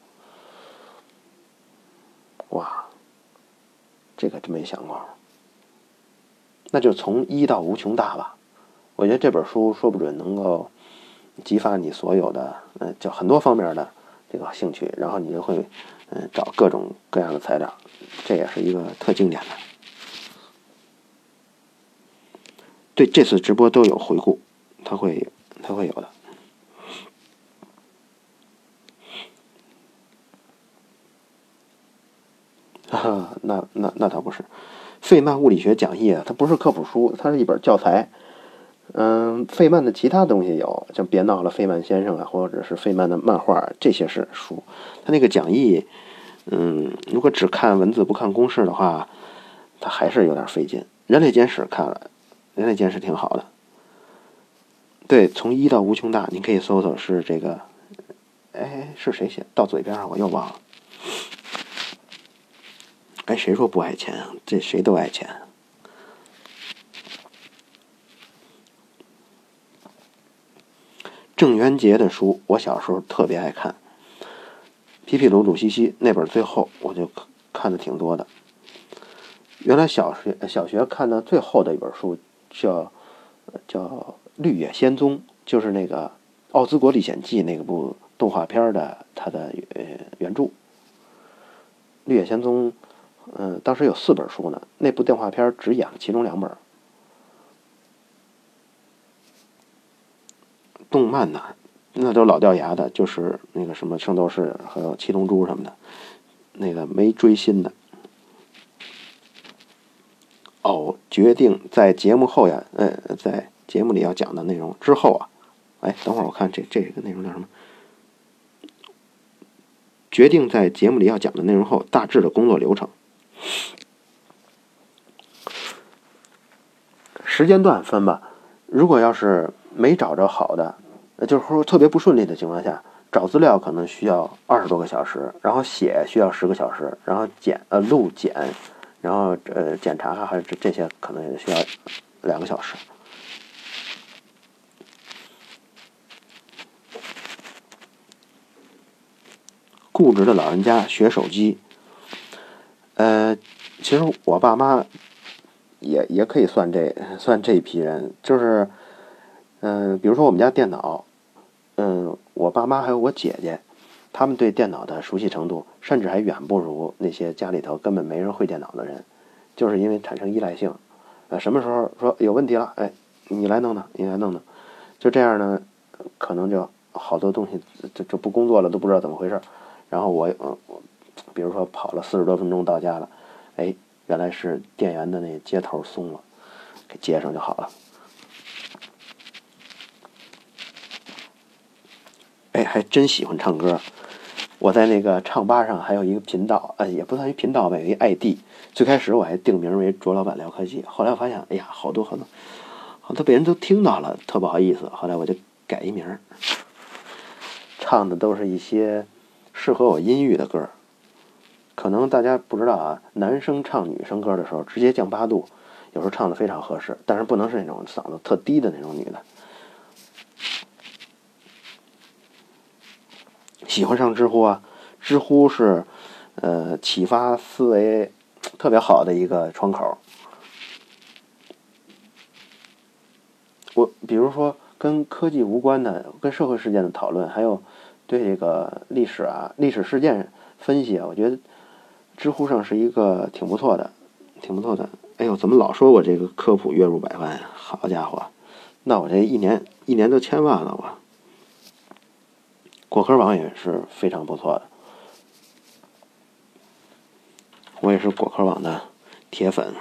哇，这个真没想过。那就从1到无穷大吧。我觉得这本书说不准能够激发你所有的就很多方面的这个兴趣，然后你就会找各种各样的材料，这也是一个特经典的。对，这次直播都有回顾，它会有的。 那倒不是。费曼物理学讲义它不是科普书，它是一本教材。费曼的其他东西有，像别闹了费曼先生啊，或者是费曼的漫画，这些是书。他那个讲义，如果只看文字不看公式的话，它还是有点费劲。人类简史看了，人类简史挺好的。对，从一到无穷大，你可以搜搜是这个，是谁写？到嘴边上我又忘了。谁说不爱钱啊？这谁都爱钱。郑渊洁的书，我小时候特别爱看。皮皮鲁鲁西西那本最后我就看的挺多的。原来小学看的最后的一本书叫《绿野仙踪》，就是那个《奥兹国历险记》那个部动画片的它的原著。《绿野仙踪》当时有4本书呢，那部动画片只演了其中2本。动漫呢，那都老掉牙的，就是那个什么圣斗士还有七龙珠什么的，那个没追新的。决定在节目后呀，在节目里要讲的内容之后啊，等会儿我看这个内容叫什么？决定在节目里要讲的内容后，大致的工作流程。时间段分吧，如果要是没找着好的，就是说特别不顺利的情况下，找资料可能需要20多个小时，然后写需要10个小时，然后录剪，然后检查还是这些可能也需要2个小时。固执的老人家学手机，其实我爸妈也可以算这一批人，就是比如说我们家电脑，我爸妈还有我姐姐，他们对电脑的熟悉程度，甚至还远不如那些家里头根本没人会电脑的人，就是因为产生依赖性。什么时候说有问题了，你来弄弄，就这样呢，可能就好多东西就不工作了，都不知道怎么回事。然后我比如说跑了40多分钟到家了，原来是电源的那接头松了，给接上就好了。还真喜欢唱歌。我在那个唱吧上还有一个频道，也不算一频道吧，有一 ID。最开始我还定名为卓老板聊科技，后来我发现，好多被人都听到了，特不好意思。后来我就改一名，唱的都是一些适合我音域的歌。可能大家不知道啊，男生唱女生歌的时候直接降8度，有时候唱的非常合适，但是不能是那种嗓子特低的那种女的。喜欢上知乎啊，知乎是启发思维特别好的一个窗口。我比如说跟科技无关的、跟社会事件的讨论，还有对这个历史事件分析啊，我觉得知乎上是一个挺不错的。怎么老说我这个科普月入100万呀？好家伙，那我这一年都1000万了。果壳网也是非常不错的，我也是果壳网的铁粉。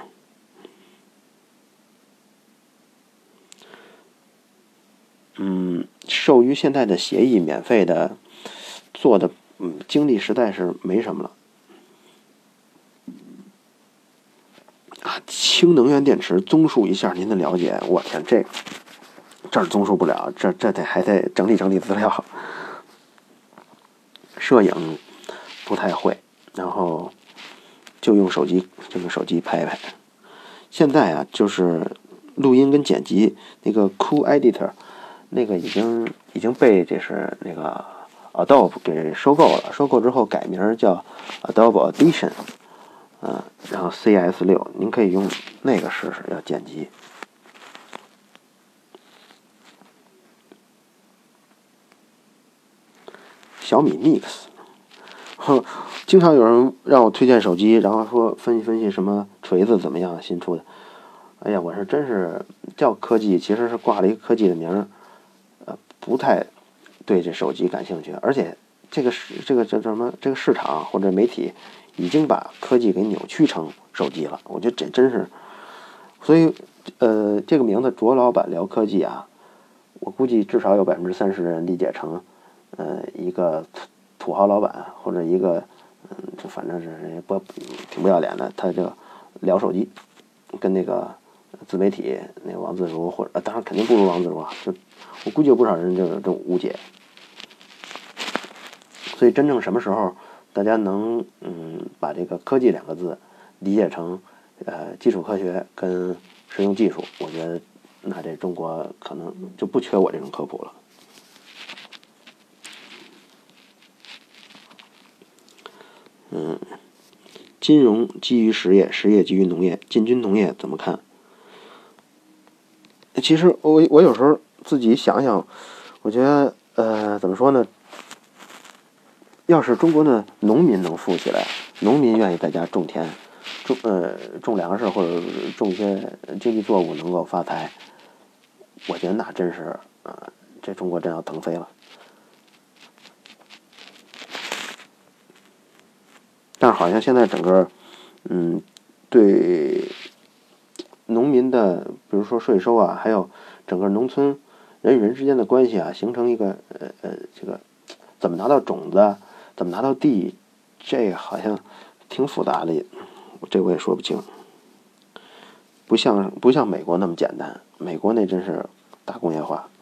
受于现在的协议，免费的做的精力实在是没什么了。氢能源电池综述一下您的了解。我天，这儿综述不了，这还得整理资料。摄影不太会，然后就用手机拍拍。现在啊，就是录音跟剪辑那个 Cool Editor， 那个已经被这是那个 Adobe 给收购了。收购之后改名叫 Adobe Audition，然后 CS6， 您可以用那个试试，要剪辑。小米 Mix，经常有人让我推荐手机，然后说分析什么锤子怎么样，新出的。我是真是叫科技，其实是挂了一个科技的名，不太对这手机感兴趣。而且这个叫什么？这个市场或者媒体已经把科技给扭曲成手机了。我觉得这真是，所以这个名字卓老板聊科技啊，我估计至少有30%的人理解成一个土豪老板或者一个这反正是挺不要脸的，他就聊手机，跟那个自媒体那个王自如或者当然肯定不如王自如啊，就我估计有不少人就有这种误解。所以真正什么时候大家能把这个科技2个字理解成基础科学跟实用技术，我觉得那这中国可能就不缺我这种科普了。金融基于实业，实业基于农业，进军农业怎么看？其实我有时候自己想想，我觉得怎么说呢？要是中国的农民能富起来，农民愿意在家种田、种粮食或者种一些经济作物能够发财，我觉得那真是这中国真要腾飞了。但是好像现在整个对农民的比如说税收啊，还有整个农村人与人之间的关系啊，形成一个这个怎么拿到种子，怎么拿到地，这好像挺复杂的，这我也说不清。不像美国那么简单，美国那真是大工业化。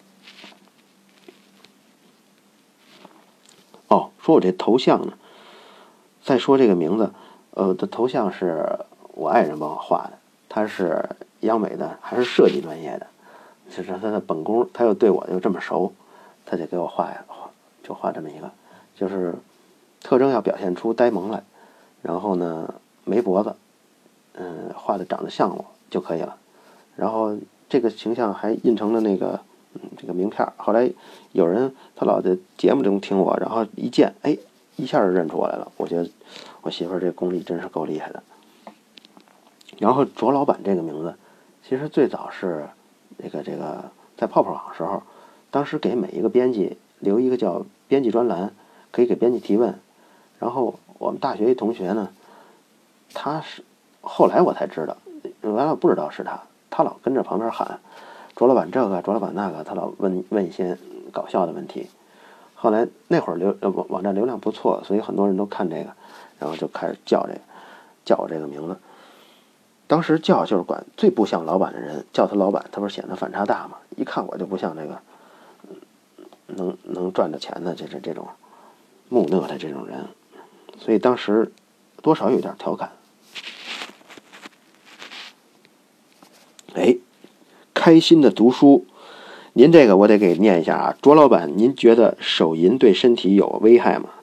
哦，说我这头像呢，再说这个名字，的头像是我爱人帮我画的，他是央美的，还是设计专业的，就是他的本工，他又对我又这么熟，他就给我画就画这么一个，就是特征要表现出呆萌来，然后呢没脖子，画的长得像我就可以了。然后这个形象还印成了那个这个名片。后来有人他老在节目中听我，然后一见，哎，一下就认出我来了。我觉得我媳妇儿这功力真是够厉害的。然后卓老板这个名字，其实最早是这个在泡泡网的时候，当时给每一个编辑留一个叫编辑专栏，可以给编辑提问。然后我们大学一同学呢，他是后来我才知道，原来我不知道是他老跟着旁边喊卓老板这个卓老板那个，他老问一些搞笑的问题。后来那会儿网站流量不错，所以很多人都看这个，然后就开始叫我这个名字。当时叫就是管最不像老板的人叫他老板，他不是显得反差大嘛？一看我就不像这个能赚着钱的这种木讷的这种人，所以当时多少有点调侃。哎，开心的读书，您这个我得给念一下啊，卓老板，您觉得手淫对身体有危害吗？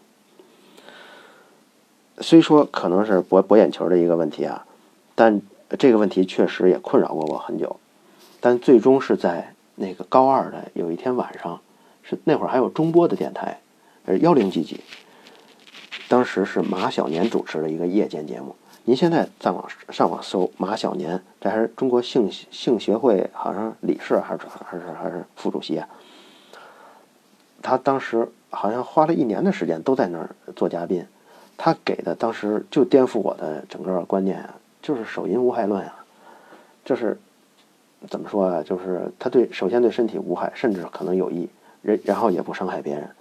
虽说可能是博眼球的一个问题啊，但这个问题确实也困扰过我很久。但最终是在那个高2的有一天晚上，是那会儿还有中波的电台，10几几，当时是马小年主持的一个夜间节目。您现在上网搜马小年，这还是中国性协会好像理事还是副主席啊。他当时好像花了1年的时间都在那儿做嘉宾，他给的当时就颠覆我的整个观念啊，就是手淫无害论啊，就是怎么说啊，就是他首先对身体无害，甚至可能有益，然后也不伤害别人。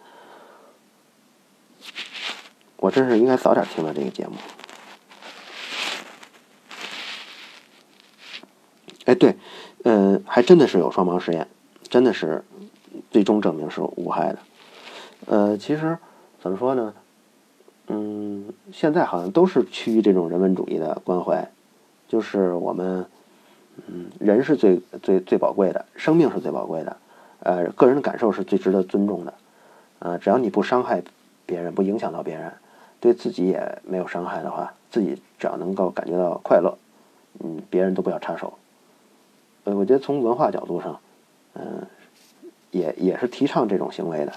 我真是应该早点听到这个节目。哎，对，还真的是有双盲实验，真的是最终证明是无害的。其实怎么说呢？现在好像都是趋于这种人文主义的关怀，就是我们，人是最宝贵的，生命是最宝贵的，个人的感受是最值得尊重的，只要你不伤害别人，不影响到别人，对自己也没有伤害的话，自己只要能够感觉到快乐，别人都不要插手。我觉得从文化角度上，也是提倡这种行为的。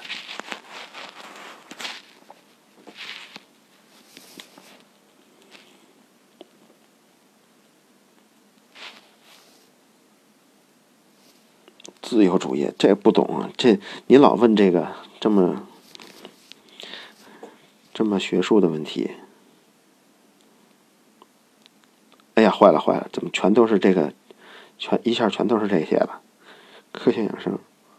自由主义这不懂啊，这你老问这个这么学术的问题。 呀，坏了，怎么全都是这个，一下全都是这些了？科学养生。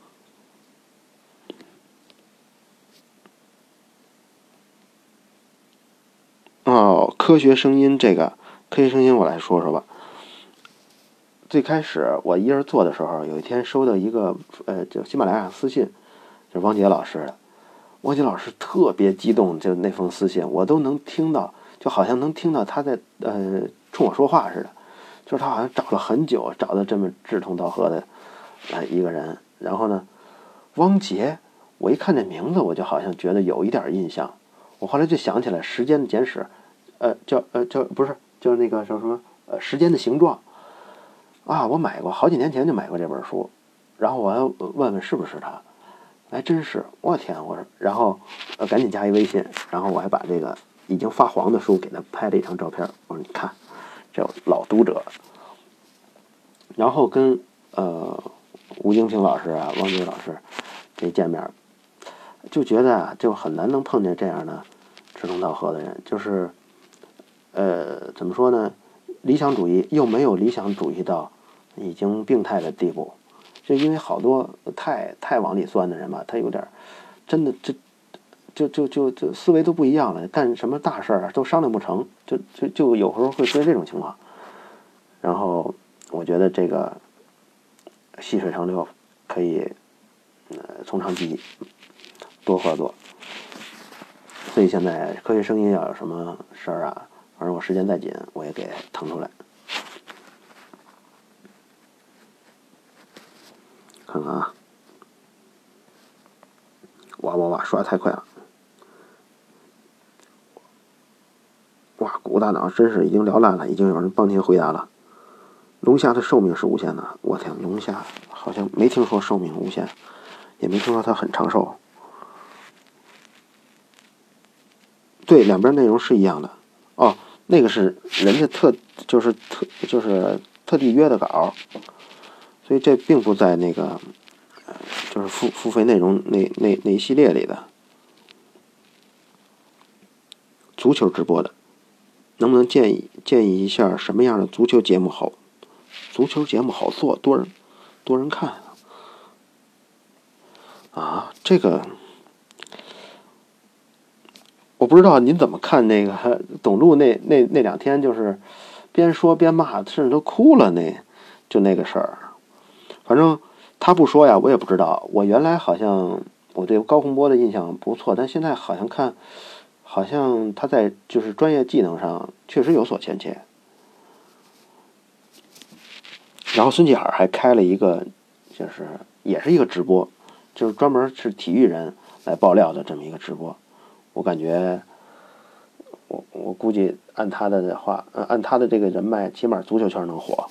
哦，科学声音这个，科学声音我来说说吧。最开始我一人做的时候，有一天收到一个就喜马拉雅私信，就是汪杰老师的。汪杰老师特别激动，就那封私信我都能听到，就好像能听到他在冲我说话似的。就是他好像找了很久，找到这么志同道合的一个人。然后呢，汪杰，我一看这名字，我就好像觉得有一点印象。我后来就想起来《时间的简史》，叫不是，就是那个叫什么时间的形状啊，我买过，好几年前就买过这本书。然后我还问问是不是他，还真是，我天，我说，然后赶紧加一微信，然后我还把这个已经发黄的书给他拍了一张照片，我说你看，这老读者。然后跟吴京平老师啊、汪杰老师这见面，就觉得啊，就很难能碰见这样的志同道合的人，就是怎么说呢？理想主义又没有理想主义到已经病态的地步，就因为好多太往里钻的人吧，他有点真的就思维都不一样了，干什么大事啊都商量不成，就有时候会出现这种情况。然后我觉得这个细水长流，可以从长计议，多合作。所以现在科学声音要有什么事儿啊，反正我时间再紧，我也给腾出来。看看啊，哇，刷太快了！哇，古大脑真是已经聊烂了，已经有人帮您回答了。龙虾的寿命是无限的，我天，龙虾好像没听说寿命无限，也没听说它很长寿。对，两边内容是一样的。哦，那个是人家就是特地约的稿，所以这并不在那个就是付费内容那一系列里的。足球直播的，能不能建议一下什么样的足球节目好？足球节目好做，多人看啊？这个我不知道您怎么看。那个董路那2天就是边说边骂，甚至都哭了。就那个事儿，反正他不说呀，我也不知道。我原来好像我对高洪波的印象不错，但现在好像他在就是专业技能上确实有所欠缺。然后孙继海还开了一个，就是也是一个直播，就是专门是体育人来爆料的这么一个直播。我感觉，我估计按他的话，按他的这个人脉，起码足球圈能火。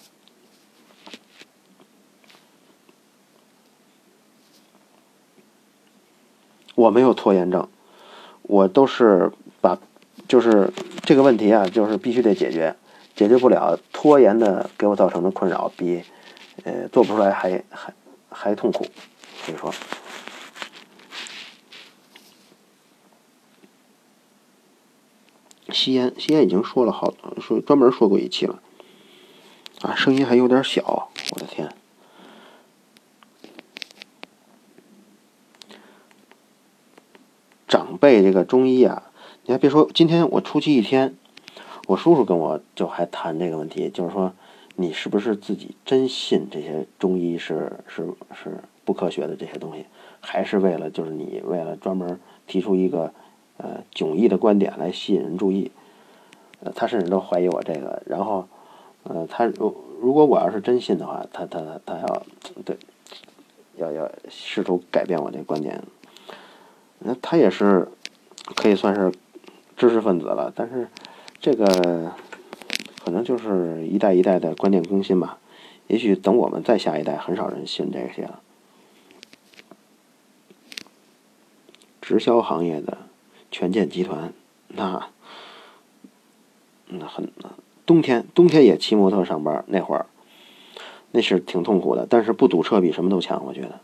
我没有拖延症，我都是就是这个问题啊，就是必须得解决不了，拖延的给我造成的困扰比做不出来还痛苦。所以说，吸烟已经说了专门说过一期了啊，声音还有点小，我的天。长辈这个中医啊，你还别说，今天我出去一天，我叔叔跟我就还谈这个问题，就是说你是不是自己真信这些中医是不科学的这些东西，还是为了就是你为了专门提出一个迥异的观点来吸引人注意？他甚至都怀疑我这个。然后他如果我要是真信的话，他要对要试图改变我这观点。那他也是可以算是知识分子了，但是这个可能就是一代一代的观念更新吧。也许等我们再下一代，很少人信这些了。直销行业的权健集团，那冬天也骑摩托上班，那会儿那是挺痛苦的，但是不堵车比什么都强，我觉得。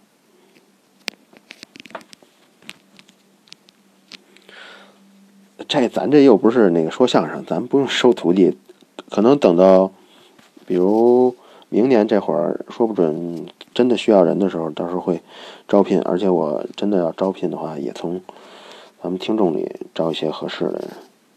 咱这又不是那个说相声，咱不用收徒弟，可能等到比如明年这会儿说不准真的需要人的时候，到时候会招聘，而且我真的要招聘的话，也从咱们听众里招一些合适的人。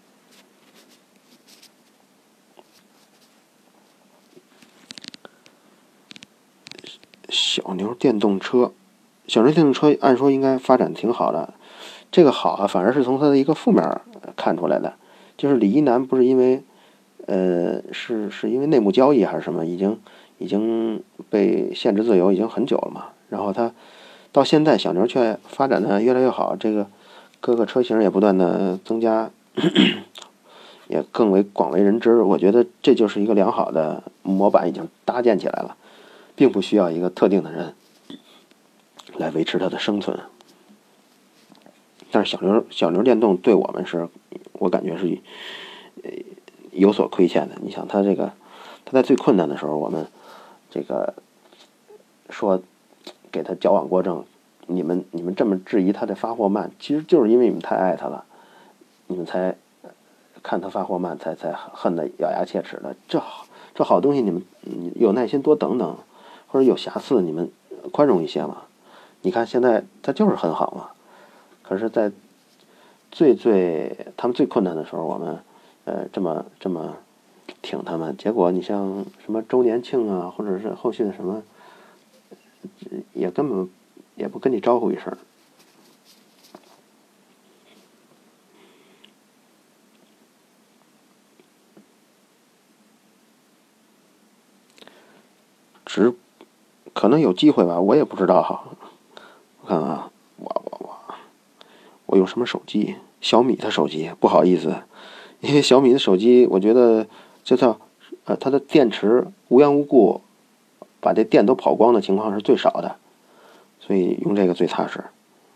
小牛电动车，小牛电动车按说应该发展挺好的，这个好啊，反而是从它的一个负面看出来的，就是李一男不是因为是因为内幕交易还是什么，已经被限制自由已经很久了嘛，然后他到现在小牛却发展的越来越好，这个各个车型也不断的增加，也更为广为人知。我觉得这就是一个良好的模板已经搭建起来了，并不需要一个特定的人来维持它的生存。但是小牛电动对我们是，我感觉是有所亏欠的。你想他在最困难的时候，我们这个说给他矫枉过正，你们这么质疑他的发货慢，其实就是因为你们太爱他了，你们才看他发货慢，才恨得咬牙切齿的。这好东西你们有耐心多等等，或者有瑕疵你们宽容一些嘛。你看现在他就是很好嘛，可是在他们最困难的时候，我们这么挺他们，结果你像什么周年庆啊，或者是后续的什么，也根本也不跟你招呼一声。可能有机会吧，我也不知道哈。我看啊，我用什么手机？小米的手机，不好意思，因为小米的手机，我觉得就叫它的电池无缘无故把这电都跑光的情况是最少的，所以用这个最踏实。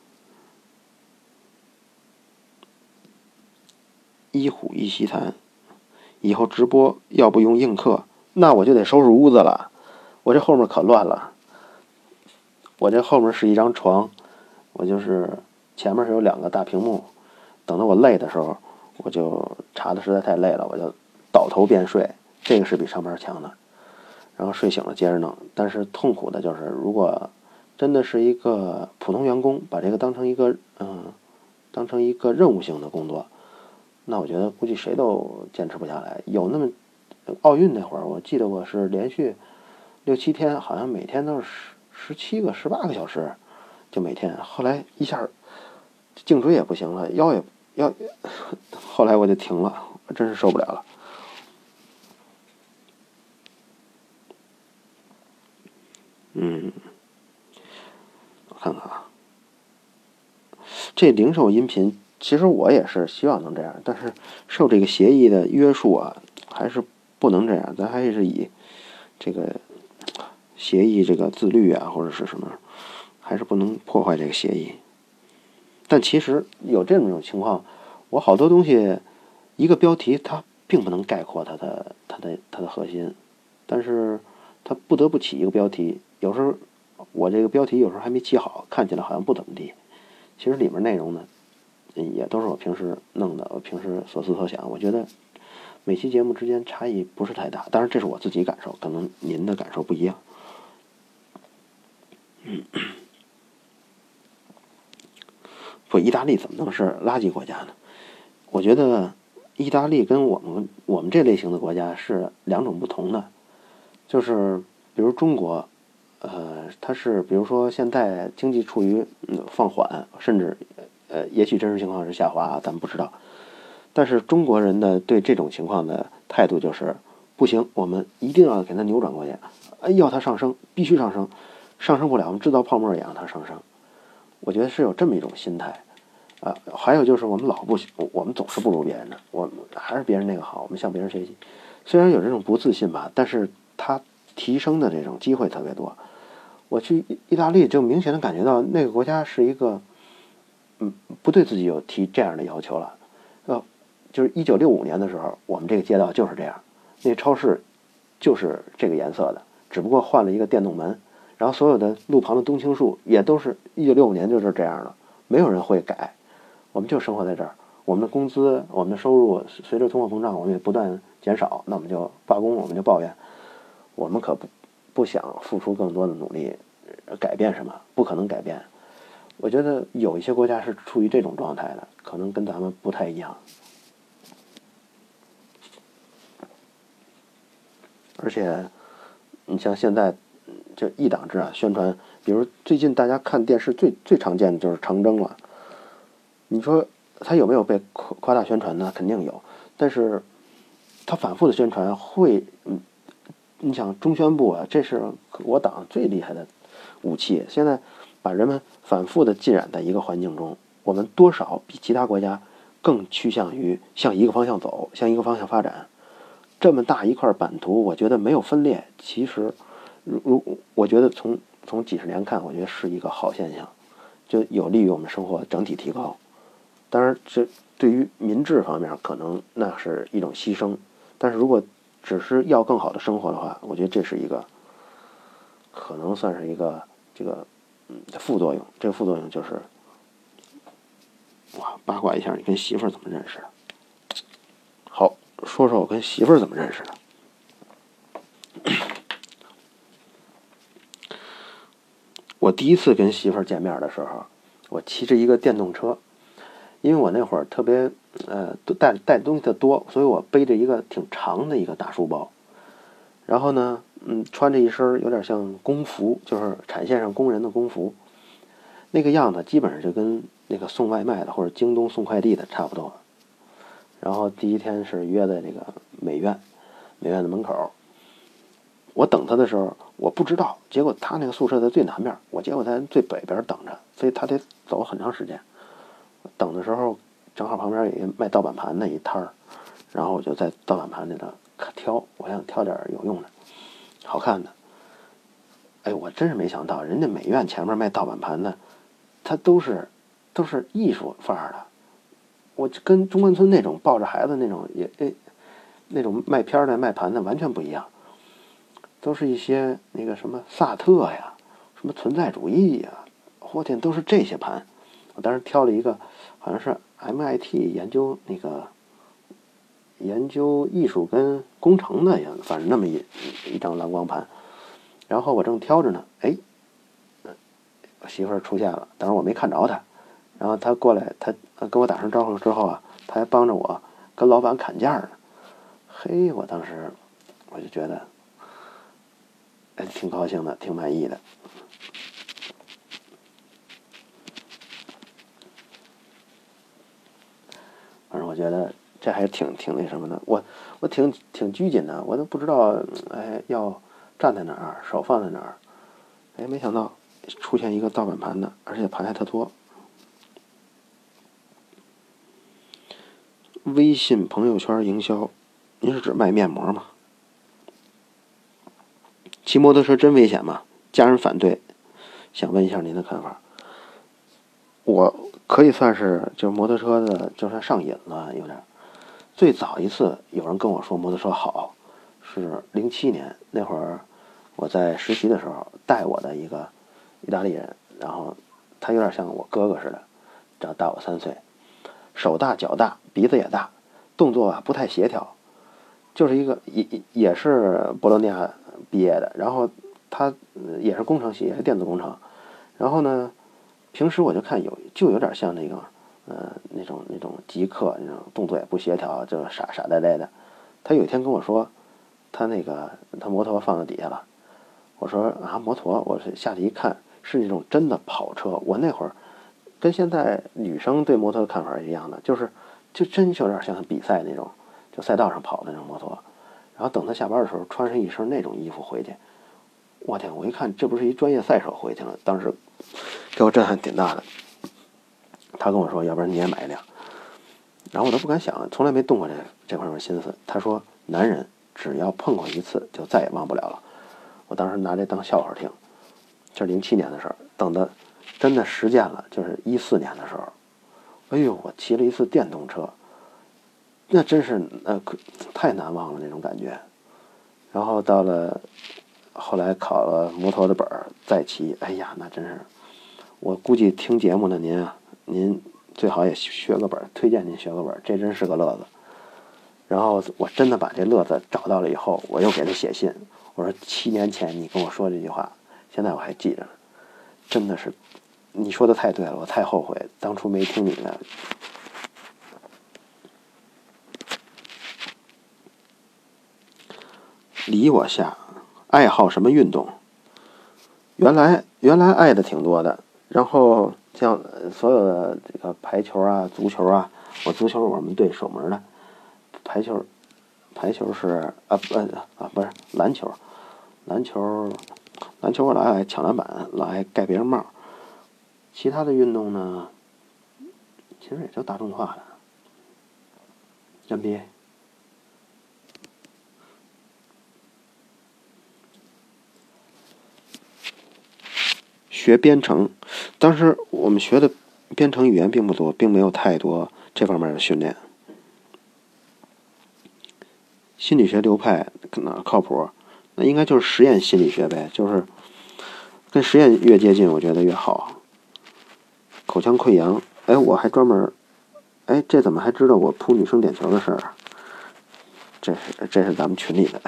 一虎一席谈，以后直播要不用映客，那我就得收拾屋子了。我这后面可乱了，我这后面是一张床，我就是前面是有2个大屏幕，等到我累的时候，我就查的实在太累了，我就倒头便睡，这个是比上班强的。然后睡醒了接着弄，但是痛苦的就是，如果真的是一个普通员工，把这个当成一个任务性的工作，那我觉得估计谁都坚持不下来。有那么奥运那会儿，我记得我是连续6、7天，好像每天都是17个、18个小时，就每天。后来一下颈椎也不行了，腰也要，后来我就停了，我真是受不了了。我看看啊，这零售音频其实我也是希望能这样，但是受这个协议的约束啊，还是不能这样。咱还是以这个协议这个自律啊，或者是什么，还是不能破坏这个协议。但其实有这种情况，我好多东西一个标题它并不能概括它的核心，但是它不得不起一个标题。有时候我这个标题有时候还没起好，看起来好像不怎么地，其实里面内容呢也都是我平时弄的，我平时所思所想。我觉得每期节目之间差异不是太大，当然这是我自己感受，可能您的感受不一样。不，意大利怎么能是垃圾国家呢？我觉得意大利跟我们这类型的国家是2种不同的，就是比如中国，它是比如说现在经济处于放缓，甚至也许真实情况是下滑，咱们不知道。但是中国人的对这种情况的态度就是不行，我们一定要给它扭转过去，要它上升，必须上升，上升不了，我们制造泡沫也让它上升。我觉得是有这么一种心态。还有就是我们我们总是不如别人的，我们还是别人那个好，我们向别人学习。虽然有这种不自信吧，但是他提升的这种机会特别多。我去意大利就明显的感觉到那个国家是一个，不对自己有提这样的要求了。就是1965年的时候，我们这个街道就是这样，那个超市就是这个颜色的，只不过换了一个电动门，然后所有的路旁的冬青树也都是1965年就是这样的，没有人会改。我们就生活在这儿，我们的工资、我们的收入随着通货膨胀，我们也不断减少，那我们就罢工，我们就抱怨。 我们可不想付出更多的努力改变什么，不可能改变。我觉得有一些国家是处于这种状态的，可能跟咱们不太一样。而且你像现在这一党制啊，宣传，比如最近大家看电视最常见的就是长征了。你说他有没有被夸大宣传呢？肯定有，但是他反复的宣传会，你想中宣部啊，这是我党最厉害的武器。现在把人们反复的浸染在一个环境中，我们多少比其他国家更趋向于向一个方向走，向一个方向发展。这么大一块版图，我觉得没有分裂，其实我觉得从几十年看，我觉得是一个好现象，就有利于我们生活整体提高。当然，这对于民智方面可能那是一种牺牲，但是如果只是要更好的生活的话，我觉得这是一个可能算是一个这个副作用。这个副作用就是，哇，八卦一下，你跟媳妇儿怎么认识的？好，说说我跟媳妇儿怎么认识的。我第一次跟媳妇儿见面的时候，我骑着一个电动车，因为我那会儿特别带东西的多，所以我背着一个挺长的一个大书包，然后呢，穿着一身有点像工服，就是产线上工人的工服，那个样子基本上就跟那个送外卖的或者京东送快递的差不多。然后第一天是约在这个美院的门口，我等他的时候我不知道，结果他那个宿舍在最南边，我结果在最北边等着，所以他得走很长时间。等的时候正好旁边有一个卖盗版盘的一摊儿，然后我就在盗版盘里头挑，我想挑点有用的好看的。哎，我真是没想到人家美院前面卖盗版盘的，他都是艺术范儿的。我跟中关村那种抱着孩子那种那种卖片的卖盘的完全不一样，都是一些那个什么萨特呀，什么存在主义呀，我天，都是这些盘。我当时挑了一个好像是 MIT 研究艺术跟工程的样子，反正那么一张蓝光盘。然后我正挑着呢，哎，我媳妇儿出现了，当然我没看着她。然后她过来，她跟我打声招呼之后啊，她还帮着我跟老板砍价呢。嘿，我当时我就觉得，哎，挺高兴的，挺满意的。反正我觉得这还挺那什么的，我挺拘谨的，我都不知道要站在哪儿，手放在哪儿。哎，没想到出现一个盗版盘的，而且盘还特多。微信朋友圈营销，您是指卖面膜吗？骑摩托车真危险吗？家人反对，想问一下您的看法。我可以算是就是摩托车的，就算上瘾了有点。最早一次有人跟我说摩托车好，是07年那会儿，我在实习的时候带我的一个意大利人，然后他有点像我哥哥似的，只要大我3岁，手大脚大鼻子也大，动作啊不太协调，就是一个也是博洛尼亚毕业的，然后他也是工程系，也是电子工程，然后呢，平时我就看就有点像那个那种极客，那种动作也不协调，就傻呆呆的。他有一天跟我说，他摩托放在底下了。我说啊，摩托，我下去一看是那种真的跑车。我那会儿跟现在女生对摩托的看法是一样的，就真有点像比赛那种，就赛道上跑的那种摩托。然后等他下班的时候，穿上一身那种衣服回去，我天！我一看，这不是一专业赛手回去了，当时给我震撼挺大的。他跟我说，要不然你也买一辆。然后我都不敢想，从来没动过这块心思。他说，男人只要碰过一次，就再也忘不了了。我当时拿这当笑话听。这是07年的事儿，等的真的实践了，就是14年的时候。哎呦，我骑了一次电动车，那真是太难忘了那种感觉。然后到了后来考了摩托的本儿再骑，哎呀，那真是，我估计听节目的您最好也学个本儿，推荐您学个本儿，这真是个乐子。然后我真的把这乐子找到了以后，我又给他写信， 我说7年前你跟我说这句话，现在我还记着呢，真的是，你说的太对了，我太后悔当初没听你的。理我下，爱好什么运动？原来爱的挺多的，然后像所有的这个排球啊、足球啊，足球我们队守门的，排球是不是篮球，篮球我老爱抢篮板，老爱盖别人帽。其他的运动呢，其实也就大众化的 NBA。学编程，当时我们学的编程语言并不多，并没有太多这方面的训练。心理学流派哪靠谱？那应该就是实验心理学呗，就是跟实验越接近，我觉得越好。口腔溃疡，哎，我还专门，哎，这怎么还知道我扑女生点球的事儿？这是咱们群里的。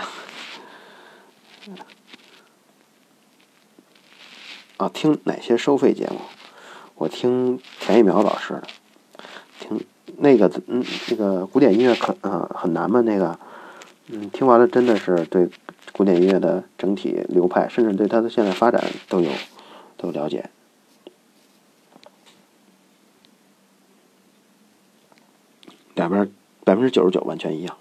啊，听哪些收费节目？我听田一苗老师的，听那个那个古典音乐很难吗？那个听完了真的是对古典音乐的整体流派，甚至对它的现在发展都有了解。两边99%完全一样。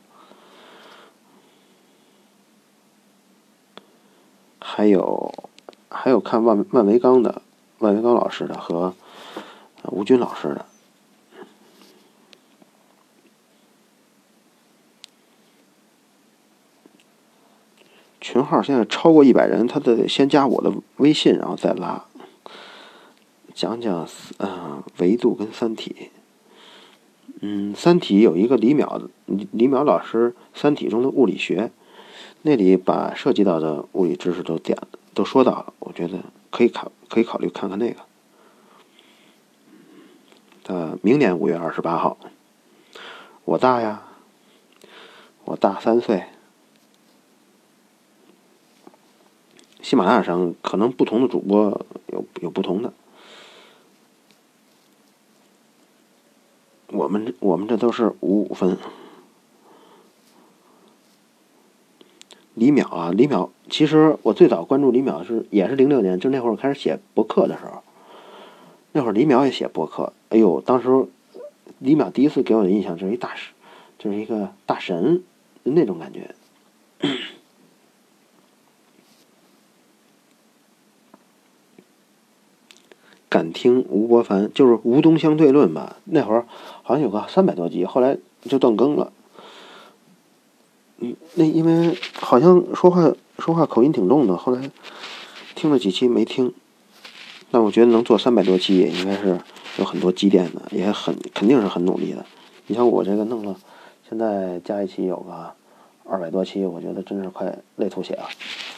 还有看万维钢老师的和吴军老师的。群号现在超过100人，他得先加我的微信，然后再拉。讲维度跟三体。三体有一个李淼老师三体中的物理学，那里把涉及到的物理知识都说到了，我觉得可以考虑看看那个。明年5月28号，我大呀，我大3岁。喜马拉雅上可能不同的主播有不同的，我们这都是55分。李淼，其实我最早关注李淼也是06年，就那会儿开始写博客的时候。那会儿李淼也写博客，哎呦，当时李淼第一次给我的印象就是一个大神那种感觉。敢听吴伯凡，就是吴东相对论吧，那会儿好像有个300多集，后来就断更了。那因为好像说话口音挺重的，后来听了几期没听。但我觉得能做300多期，也应该是有很多积淀的，也肯定是很努力的。你像我这个弄了，现在加一期有个200多期，我觉得真是快累吐血了。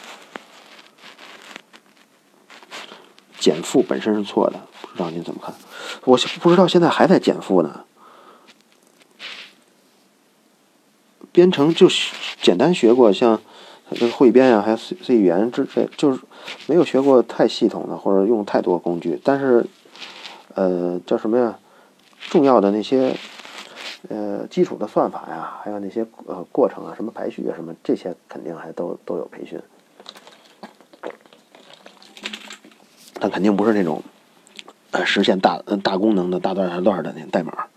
减负本身是错的，不知道您怎么看？我不知道现在还在减负呢。编程就简单学过，像汇编啊，还有 C 语言就是没有学过太系统的，或者用太多工具。但是叫什么呀？重要的那些基础的算法呀，还有那些过程啊，什么排序啊，什么这些肯定还都有培训。但肯定不是那种实现大功能的大段的那代码。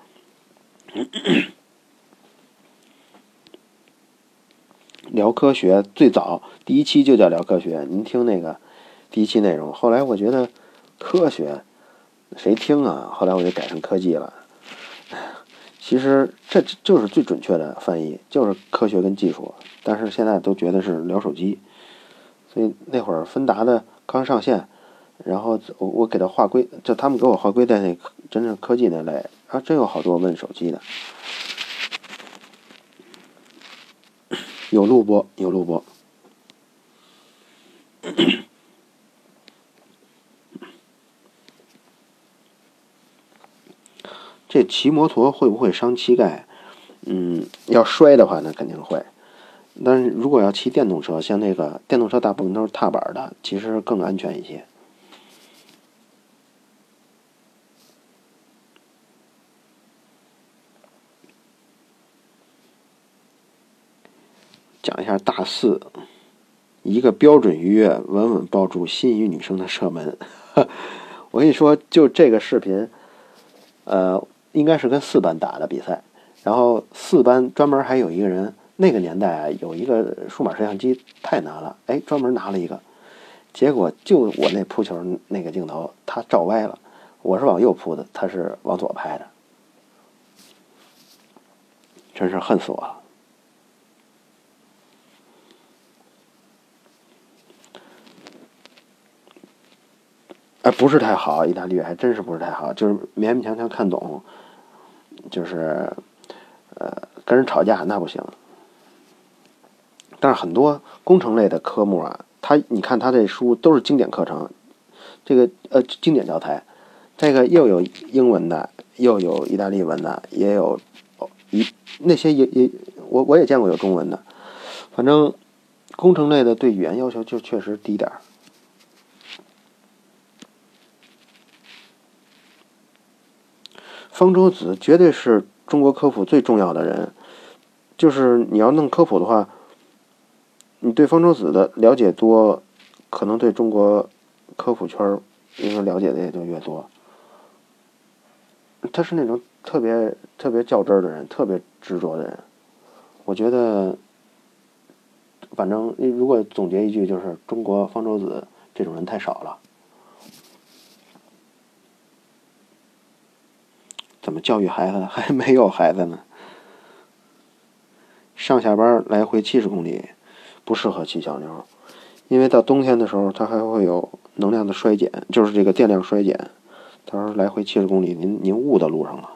聊科学最早第1期就叫聊科学，您听那个第1期内容。后来我觉得科学谁听啊？后来我就改成科技了。其实这就是最准确的翻译，就是科学跟技术。但是现在都觉得是聊手机，所以那会儿芬达的刚上线，然后我给他划归，就他们给我划归在那真正科技那类啊，真有好多问手机的。有录播。这骑摩托会不会伤膝盖？要摔的话那肯定会， 但是如果要骑电动车，像那个电动车大部分都是踏板的，其实更安全一些。讲一下大4，一个标准愉悦，稳稳抱住心仪女生的射门。我跟你说，就这个视频，应该是跟4班打的比赛，然后4班专门还有一个人，那个年代啊，有一个数码摄像机太难了，专门拿了一个，结果就我那扑球那个镜头，他照歪了，我是往右扑的，他是往左拍的，真是恨死我了。不是太好，意大利还真是不是太好，就是勉勉强强看懂，就是跟人吵架那不行。但是很多工程类的科目啊，你看他这书都是经典课程，这个经典教材，这个又有英文的，又有意大利文的，也有那些我也见过有中文的，反正工程类的对语言要求就确实低点。方舟子绝对是中国科普最重要的人，就是你要弄科普的话，你对方舟子的了解多，可能对中国科普圈应该了解的也就越多。他是那种特别较真的人，特别执着的人。我觉得，反正如果总结一句，就是中国方舟子这种人太少了。怎么教育孩子还没有孩子呢？上下班来回70公里，不适合骑小妞，因为到冬天的时候，它还会有能量的衰减，就是这个电量衰减。到时候来回70公里，您误到路上了。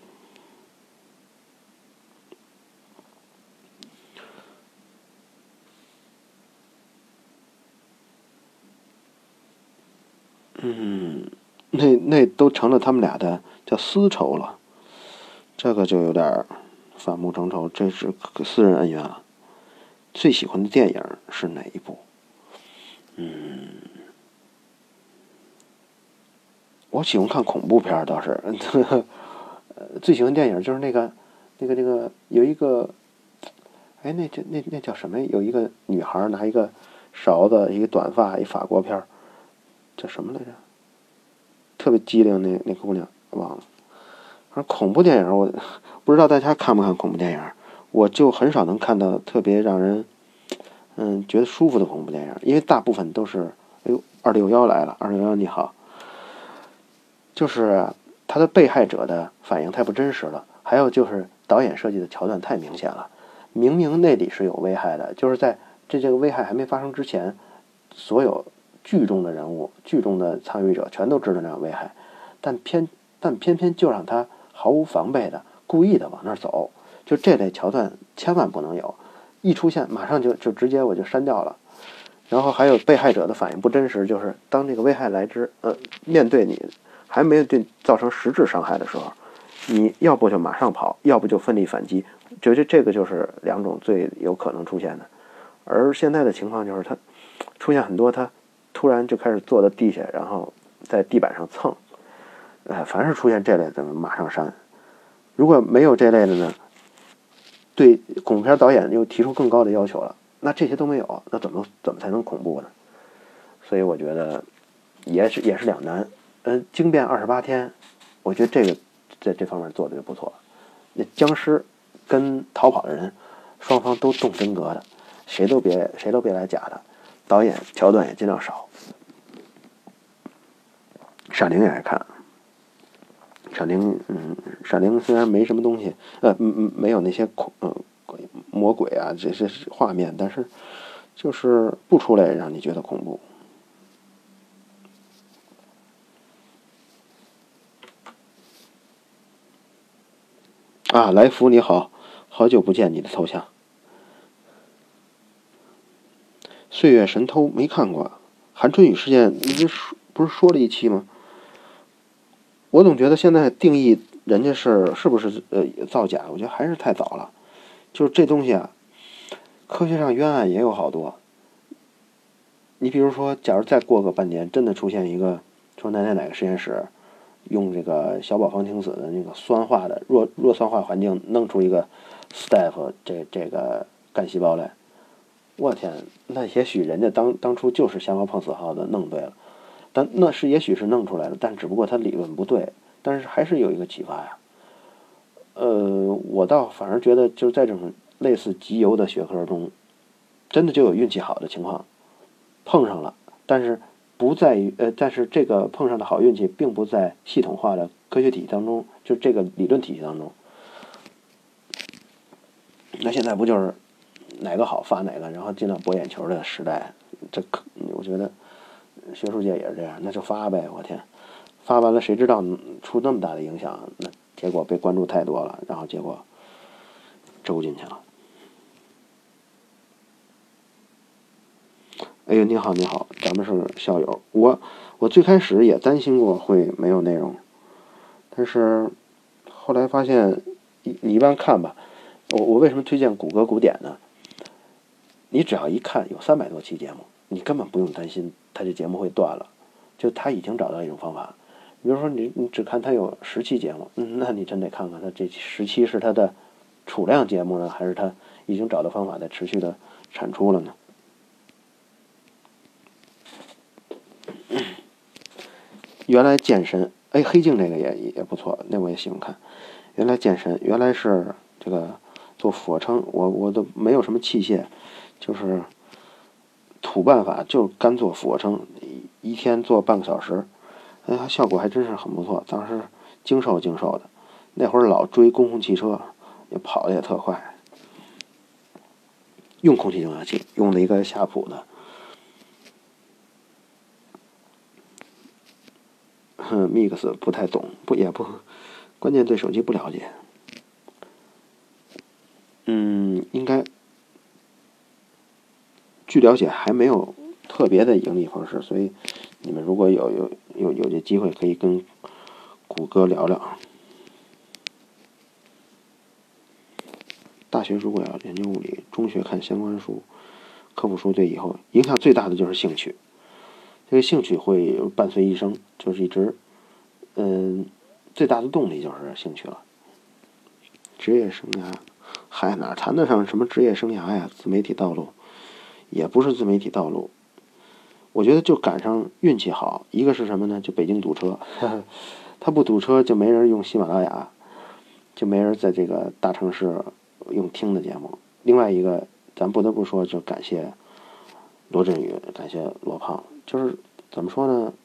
那都成了他们俩的叫私仇了，这个就有点反目成仇，这是私人恩怨了。最喜欢的电影是哪一部？我喜欢看恐怖片倒是，最喜欢电影就是那个有一个，那叫什么？有一个女孩拿一个勺子，一个短发，一法国片，叫什么来着？特别机灵那姑娘忘了。而恐怖电影我不知道大家看不看恐怖电影，我就很少能看到特别让人觉得舒服的恐怖电影，因为大部分都是261来了，261你好，就是他的被害者的反应太不真实了，还有就是导演设计的桥段太明显了，明明那里是有危害的，就是在这个危害还没发生之前，所有剧中的人物、剧中的参与者全都知道那样危害，但偏偏就让他毫无防备的、故意的往那儿走，就这类桥段千万不能有，一出现马上就直接我就删掉了。然后还有被害者的反应不真实，就是当这个危害来之面对你还没有对造成实质伤害的时候，你要不就马上跑，要不就奋力反击，这个就是2种最有可能出现的。而现在的情况就是他出现很多他突然就开始坐在地下，然后在地板上蹭，凡是出现这类的马上删。如果没有这类的呢，对恐怖片导演又提出更高的要求了，那这些都没有，那怎么才能恐怖呢？所以我觉得也是两难。惊变28天，我觉得这个在这方面做的就不错。那僵尸跟逃跑的人，双方都动真格的，谁都别来假的，导演桥段也尽量少。闪灵也爱看，闪灵虽然没什么东西，没有那些魔鬼啊这些画面，但是就是不出来让你觉得恐怖。来福你好，好久不见你的头像。岁月神偷没看过，韩春雨事件不是说了一期吗？我总觉得现在定义人家是不是造假，我觉得还是太早了。就是这东西啊， 科学上冤案也有好多。你比如说，假如再过个半年，真的出现一个说哪个实验室用这个小宝方婷子的那个酸化的弱酸化环境弄出一个 staph 这个干细胞来，我天，那也许人家当初就是瞎猫碰死耗子弄对了，但那是也许是弄出来了，但只不过他理论不对，但是还是有一个启发呀。我倒反而觉得，就在这种类似集邮的学科中，真的就有运气好的情况碰上了，但是不在于但是这个碰上的好运气并不在系统化的科学体系当中，就这个理论体系当中。那现在不就是哪个好发哪个，然后尽量博眼球的时代？我觉得学术界也是这样，那就发呗，我天，发完了谁知道出那么大的影响？那结果被关注太多了，然后结果周进去了。哎呦，你好，你好，咱们是校友。我最开始也担心过会没有内容，但是后来发现你一般看吧。我为什么推荐谷歌古典呢？你只要一看有300多期节目，你根本不用担心它这节目会断了，就他已经找到一种方法。比如说你只看它有10期节目，那你真得看看它这10期是它的储量节目呢，还是它已经找到方法在持续的产出了呢？原来健身，哎，黑镜这个也不错，那我也喜欢看。原来健身，原来是这个做俯卧撑，我都没有什么器械，就是土办法，就干做俯卧撑，一天做半个小时，哎，效果还真是很不错。当时精瘦的，那会儿老追公共汽车，也跑得也特快，用空气净化器，用了一个夏普的。Mix 不太懂，也不，关键对手机不了解。应该据了解还没有特别的盈利方式，所以你们如果有这机会，可以跟谷歌聊聊。大学如果要研究物理，中学看相关书、科普书，对以后影响最大的就是兴趣。这个兴趣会伴随一生，就是一直，最大的动力就是兴趣了。职业生涯，嗨，哪谈得上什么职业生涯呀？自媒体道路也不是自媒体道路。我觉得就赶上运气好，一个是什么呢？就北京堵车，他不堵车就没人用喜马拉雅，就没人在这个大城市用听的节目。另外一个，咱不得不说，就感谢罗振宇，感谢罗胖，就是怎么说呢？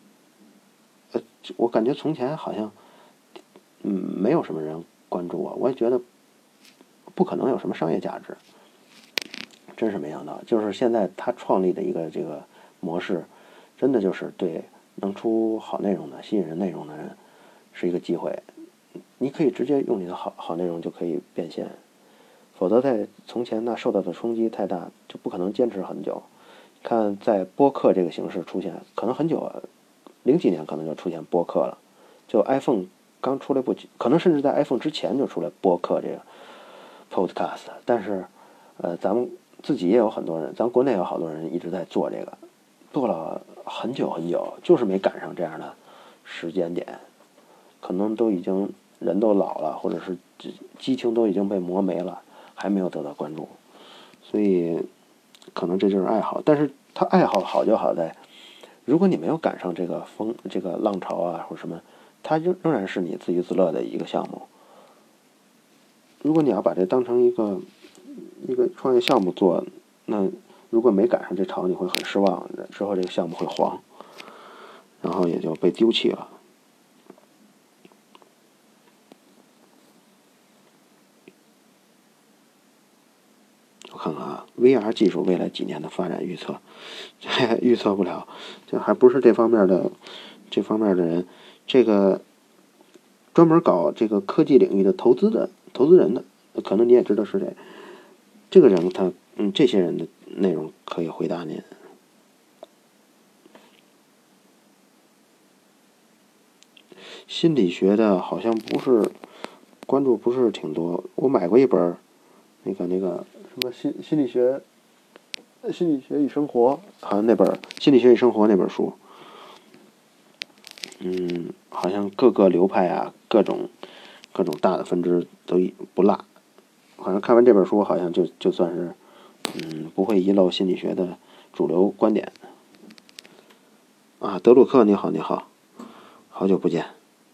我感觉从前好像，没有什么人关注我，我也觉得不可能有什么商业价值。真是没想到，就是现在他创立的一个这个模式，真的就是对能出好内容的、吸引人内容的人是一个机会。你可以直接用你的好内容就可以变现，否则在从前那受到的冲击太大，就不可能坚持很久。看在播客这个形式出现，可能很久，00几年可能就出现播客了，就 iPhone 刚出来不久，可能甚至在 iPhone 之前就出来播客这个 podcast， 但是咱们自己也有很多人，咱国内有好多人一直在做这个，做了很久很久，就是没赶上这样的时间点，可能都已经人都老了，或者是激情都已经被磨没了，还没有得到关注，所以可能这就是爱好。但是他爱好好就好在，如果你没有赶上这个这个浪潮啊或什么，它仍然是你自娱自乐的一个项目。如果你要把这当成一个创业项目做，那如果没赶上这潮，你会很失望，之后这个项目会黄，然后也就被丢弃了。我看看啊 ，VR 技术未来几年的发展预测，预测不了，这还不是这方面的人，这个专门搞这个科技领域的投资人的，可能你也知道是谁。这个人他这些人的内容可以回答您。心理学的好像不是关注不是挺多，我买过一本那个什么心理学与生活，好像那本心理学与生活那本书，好像各个流派啊，各种大的分支都不落。好像看完这本书，好像就算是不会遗漏心理学的主流观点啊。德鲁克，你好，好久不见，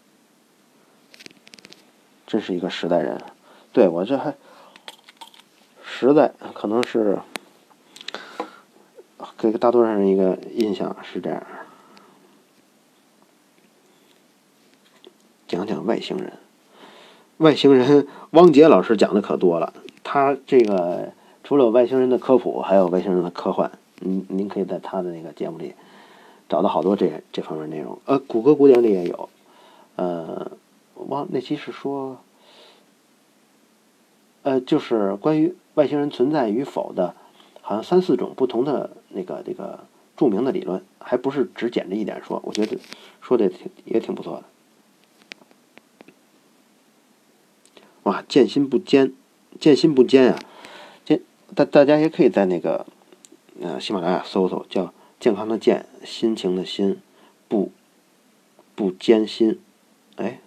真是一个时代人。对，我这还时代可能是给大多数人一个印象是这样。讲讲外星人，汪杰老师讲的可多了。他这个除了外星人的科普，还有外星人的科幻。您可以在他的那个节目里找到好多这方面内容。谷歌古典里也有。那期是说，就是关于外星人存在与否的，好像3-4种不同的那个著名的理论，还不是只捡着一点说。我觉得说的也挺不错的。哇，见心不坚啊！大家也可以在那个喜马拉雅搜搜，叫健康的健，心情的心，不艰辛。哎，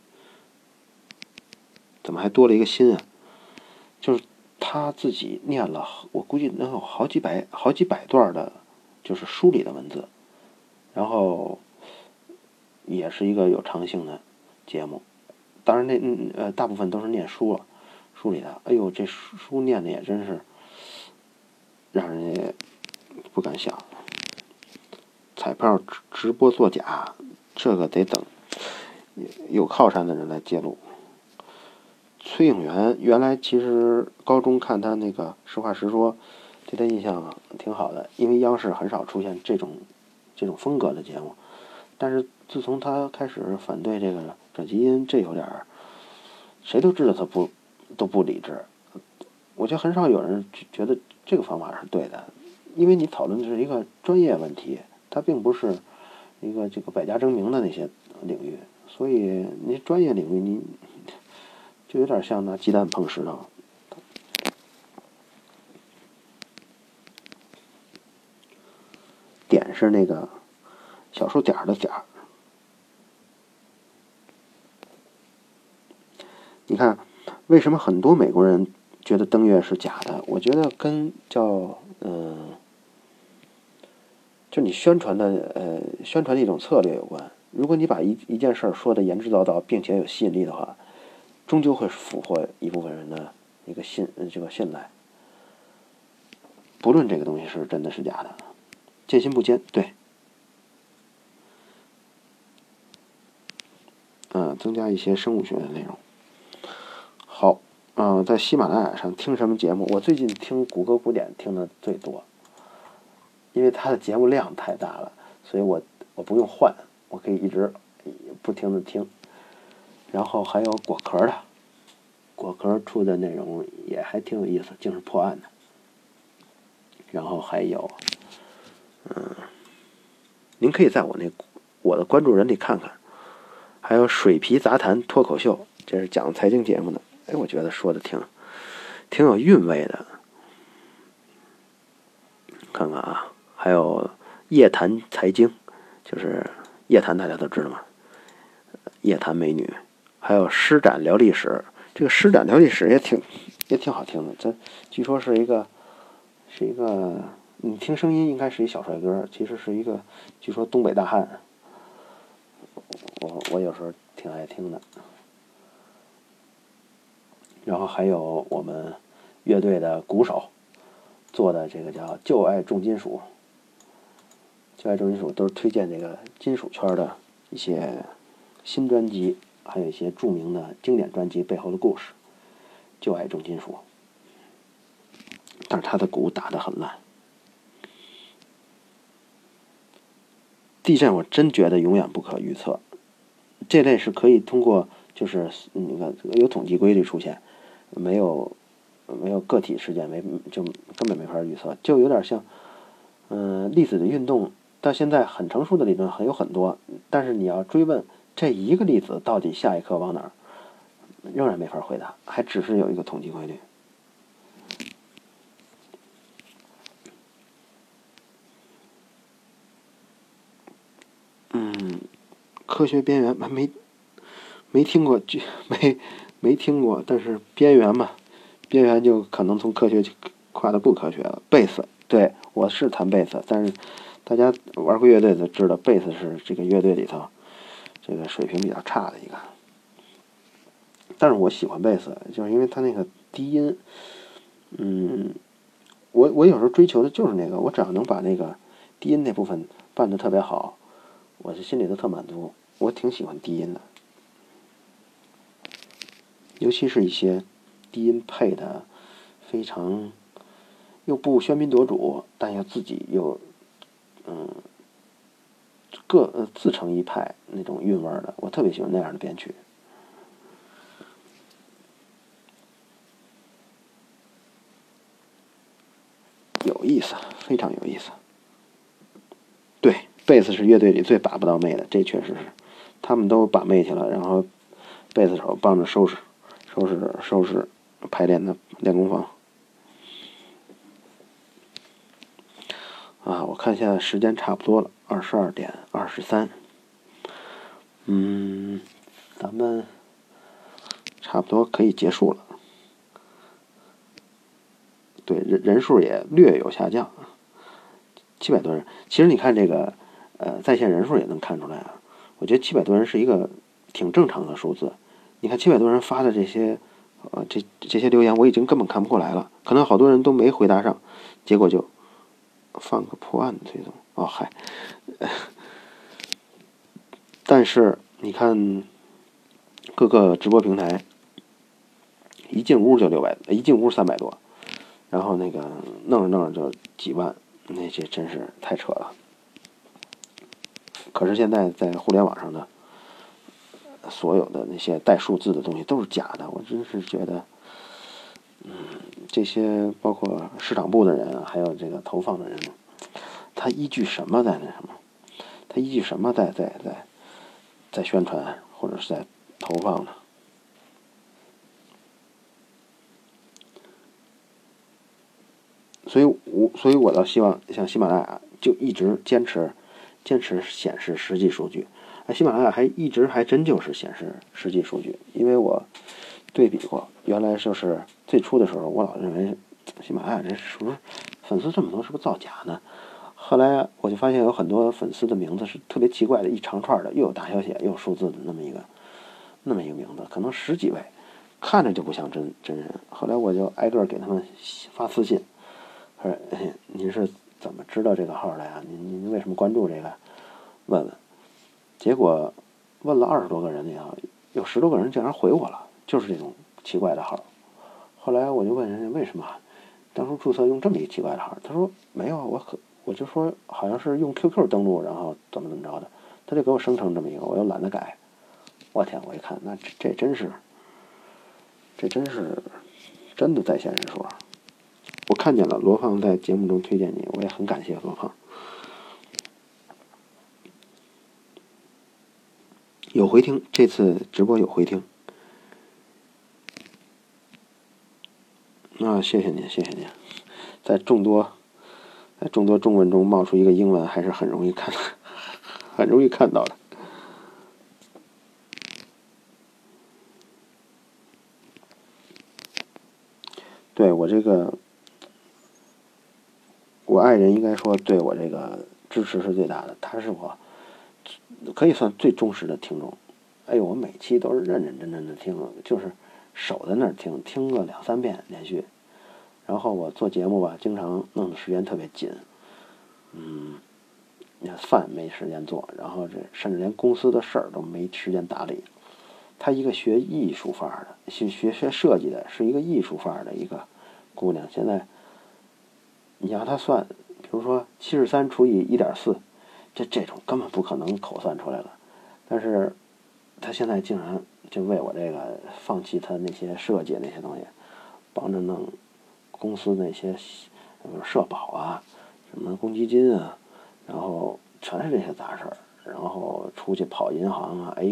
怎么还多了一个心啊？就是他自己念了，我估计能有好几百段的，就是书里的文字，然后也是一个有偿性的节目。当然大部分都是念书里的。哎呦，这书念的也真是让人也不敢想。彩票直播作假，这个得等有靠山的人来揭露。崔永元原来其实高中看他那个《实话实说》，对他印象挺好的，因为央视很少出现这种风格的节目。但是自从他开始反对这个转基因，这有点谁都知道他都不理智。我觉得很少有人觉得这个方法是对的，因为你讨论的是一个专业问题，它并不是一个这个百家争鸣的那些领域，所以你专业领域你就有点像拿鸡蛋碰石头。点是那个小数点的点。你看，为什么很多美国人觉得登月是假的？我觉得跟就你宣传的一种策略有关。如果你把一件事说的言之凿凿，并且有吸引力的话，终究会俘获一部分人的一个信赖。不论这个东西是真的是假的，见心不坚，对。增加一些生物学的内容。好，在喜马拉雅上听什么节目？我最近听谷歌古典听的最多，因为它的节目量太大了，所以我不用换，我可以一直不停的听。然后还有果壳出的内容也还挺有意思，竟是破案的。然后还有，您可以在我的关注人里看看，还有水皮杂谈脱口秀，这是讲财经节目的。哎，我觉得说的挺有韵味的。看看啊，还有夜谈财经，就是夜谈大家都知道嘛，夜谈美女，还有施展聊历史。这个施展聊历史也挺好听的。这据说是一个你听声音应该是一小帅哥，其实是一个据说东北大汉。我有时候挺爱听的。然后还有我们乐队的鼓手做的这个叫就爱重金属，都是推荐这个金属圈的一些新专辑，还有一些著名的经典专辑背后的故事。就爱重金属，但是他的鼓打得很烂。地震我真觉得永远不可预测，这类是可以通过就是那个有统计规律出现，没有个体事件，就根本没法预测。就有点像粒子的运动，到现在很成熟的理论有很多，但是你要追问这一个粒子到底下一刻往哪儿，仍然没法回答，还只是有一个统计规律。 科学边缘没听过，没听过，但是边缘嘛，边缘就可能从科学跨到不科学了。贝斯，对，我是弹贝斯，但是大家玩过乐队的知道，贝斯是这个乐队里头这个水平比较差的一个。但是我喜欢贝斯，就是因为它那个低音，我有时候追求的就是那个，我只要能把那个低音那部分办得特别好，我这心里都特满足。我挺喜欢低音的，尤其是一些低音配的非常又不喧宾夺主，但又自己又自成一派那种韵味的，我特别喜欢那样的编曲。有意思，非常有意思。对，贝斯是乐队里最把不到妹的，这确实是，他们都把妹去了，然后贝斯手帮着收拾排练的练功房。我看现在时间差不多了，22:23。咱们差不多可以结束了。对，人数也略有下降，700多人。其实你看这个，在线人数也能看出来啊。我觉得700多人是一个挺正常的数字。你看700多人发的这些，这些留言，我已经根本看不过来了。可能好多人都没回答上，结果就放个破案的推送。但是你看各个直播平台，一进屋就600，一进屋300多。然后那个弄着就几万，那些真是太扯了。可是现在在互联网上的所有的那些带数字的东西都是假的，我真是觉得，这些包括市场部的人，还有这个投放的人，他依据什么在那什么？他依据什么在宣传或者是在投放呢？所以我倒希望像喜马拉雅就一直坚持显示实际数据。喜马拉雅一直还真就是显示实际数据，因为我对比过，原来就是最初的时候，我老认为喜马拉雅这是不是粉丝这么多，是不是造假呢？后来我就发现有很多粉丝的名字是特别奇怪的，一长串的，又有大小写又有数字的那么一个名字，可能10几位，看着就不像真人。后来我就挨个给他们发私信，说您是怎么知道这个号的呀？您为什么关注这个？问问。结果问了20多个人里头，有10多个人竟然回我了，就是这种奇怪的号。后来我就问人家为什么当初注册用这么一个奇怪的号，他说没有，我就说好像是用 QQ 登录，然后怎么着的，他就给我生成这么一个，我又懒得改。我天，我一看，那这真是真的在线人数。我看见了罗胖在节目中推荐你，我也很感谢罗胖。有回听，这次直播有回听。谢谢您。在众多中文中冒出一个英文，还是很容易看到的。对我这个，我爱人应该说对我这个支持是最大的，他是我可以算最忠实的听众。我每期都是认真的听，就是守在那儿听个2、3遍连续。然后我做节目吧，经常弄的时间特别紧，饭没时间做，然后甚至连公司的事儿都没时间打理。她一个学艺术范儿的，学设计的，是一个艺术范儿的一个姑娘。现在你让她算，比如说73除以1.4，这种根本不可能口算出来了。但是她现在竟然就为我这个放弃她那些设计那些东西，帮着弄公司那些社保啊，什么公积金啊，然后全是这些杂事儿，然后出去跑银行啊，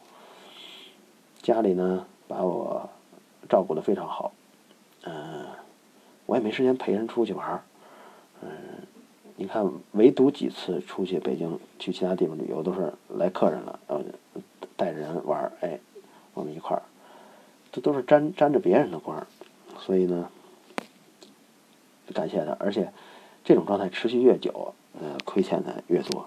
家里呢把我照顾得非常好，我也没时间陪人出去玩， 你看，唯独几次出去北京去其他地方旅游，都是来客人了，带着人玩，哎，我们一块儿，这都是沾着别人的光，所以呢，感谢他，而且这种状态持续越久，亏欠的越多。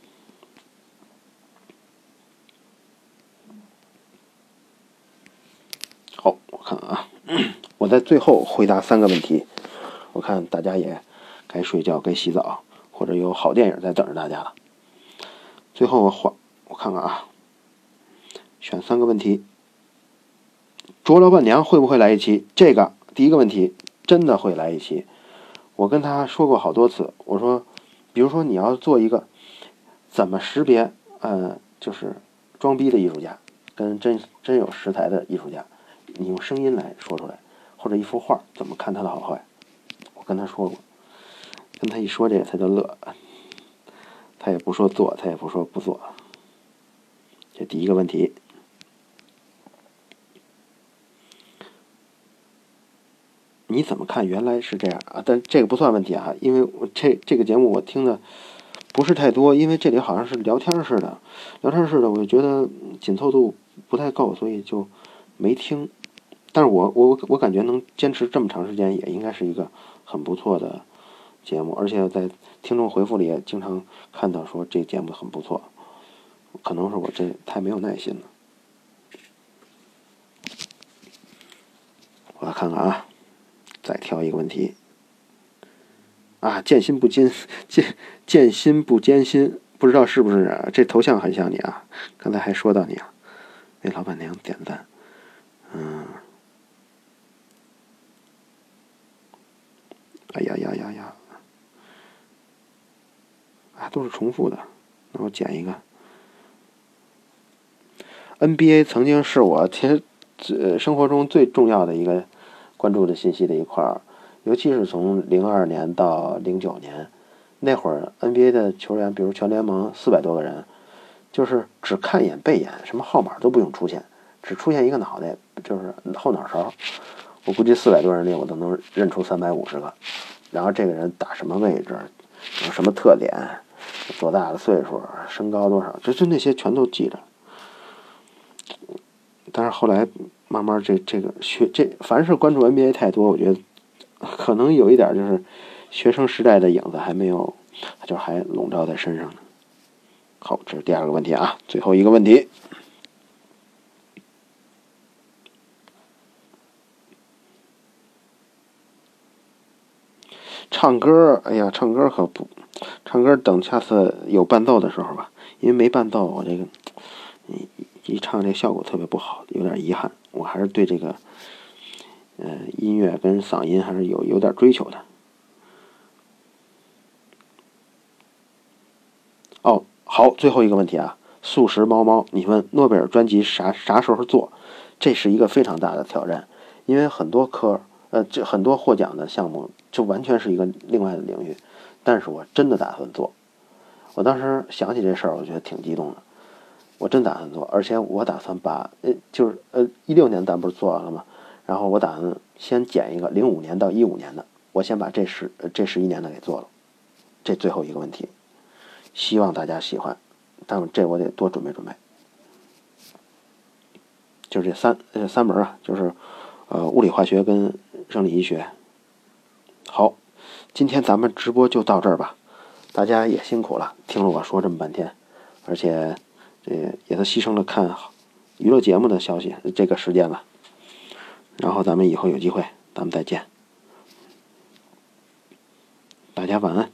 好，我看啊，我在最后回答3个问题，我看大家也该睡觉该洗澡，或者有好电影在等着大家了。最后我看看啊，选3个问题。卓老板娘会不会来一期？这个第一个问题真的会来一期。我跟他说过好多次，我说，比如说你要做一个怎么识别，就是装逼的艺术家跟真有实才的艺术家，你用声音来说出来，或者一幅画怎么看他的好坏，我跟他说过。跟他一说这个他就乐，他也不说做，他也不说不做。这第一个问题。你怎么看？原来是这样啊！但这个不算问题啊，因为我这个节目我听的不是太多，因为这里好像是聊天式的，我就觉得紧凑度不太够，所以就没听。但是我感觉能坚持这么长时间，也应该是一个很不错的节目，而且在听众回复里也经常看到说这节目很不错，可能是我这太没有耐心了。我来看看啊。再挑一个问题啊，见心不艰辛，不知道是不是啊？这头像很像你啊，刚才还说到你啊，给老板娘点赞，哎呀，啊，都是重复的，那我剪一个。NBA 曾经是我生活中最重要的一个关注的信息的一块儿，尤其是从02年到09年那会儿 NBA 的球员，比如全联盟400多个人，就是只看一眼背眼，什么号码都不用出现，只出现一个脑袋，就是后脑勺。我估计400多人里我都能认出350个，然后这个人打什么位置，有什么特点，多大的岁数，身高多少，就那些全都记着。但是后来慢慢凡是关注 NBA 太多，我觉得可能有一点就是学生时代的影子还没有，就还笼罩在身上呢。好，这是第2个问题啊，最后一个问题。唱歌，哎呀，唱歌可不，唱歌等下次有伴奏的时候吧，因为没伴奏，我这个一唱这效果特别不好，有点遗憾。我还是对这个音乐跟嗓音还是有点追求的。哦，好，最后一个问题啊，素食猫，你问诺贝尔专辑啥时候做？这是一个非常大的挑战，因为很多这很多获奖的项目就完全是一个另外的领域，但是我真的打算做。我当时想起这事儿，我觉得挺激动的。我真打算做，而且我打算把16年咱不是做完了吗？然后我打算先剪一个05年到15年的，我先把这11年的给做了。这最后一个问题，希望大家喜欢，但这我得多准备。就是这三门啊，就是物理化学跟生理医学。好，今天咱们直播就到这儿吧，大家也辛苦了，听了我说这么半天，而且也都牺牲了看娱乐节目的这个时间了。然后咱们以后有机会咱们再见，大家晚安。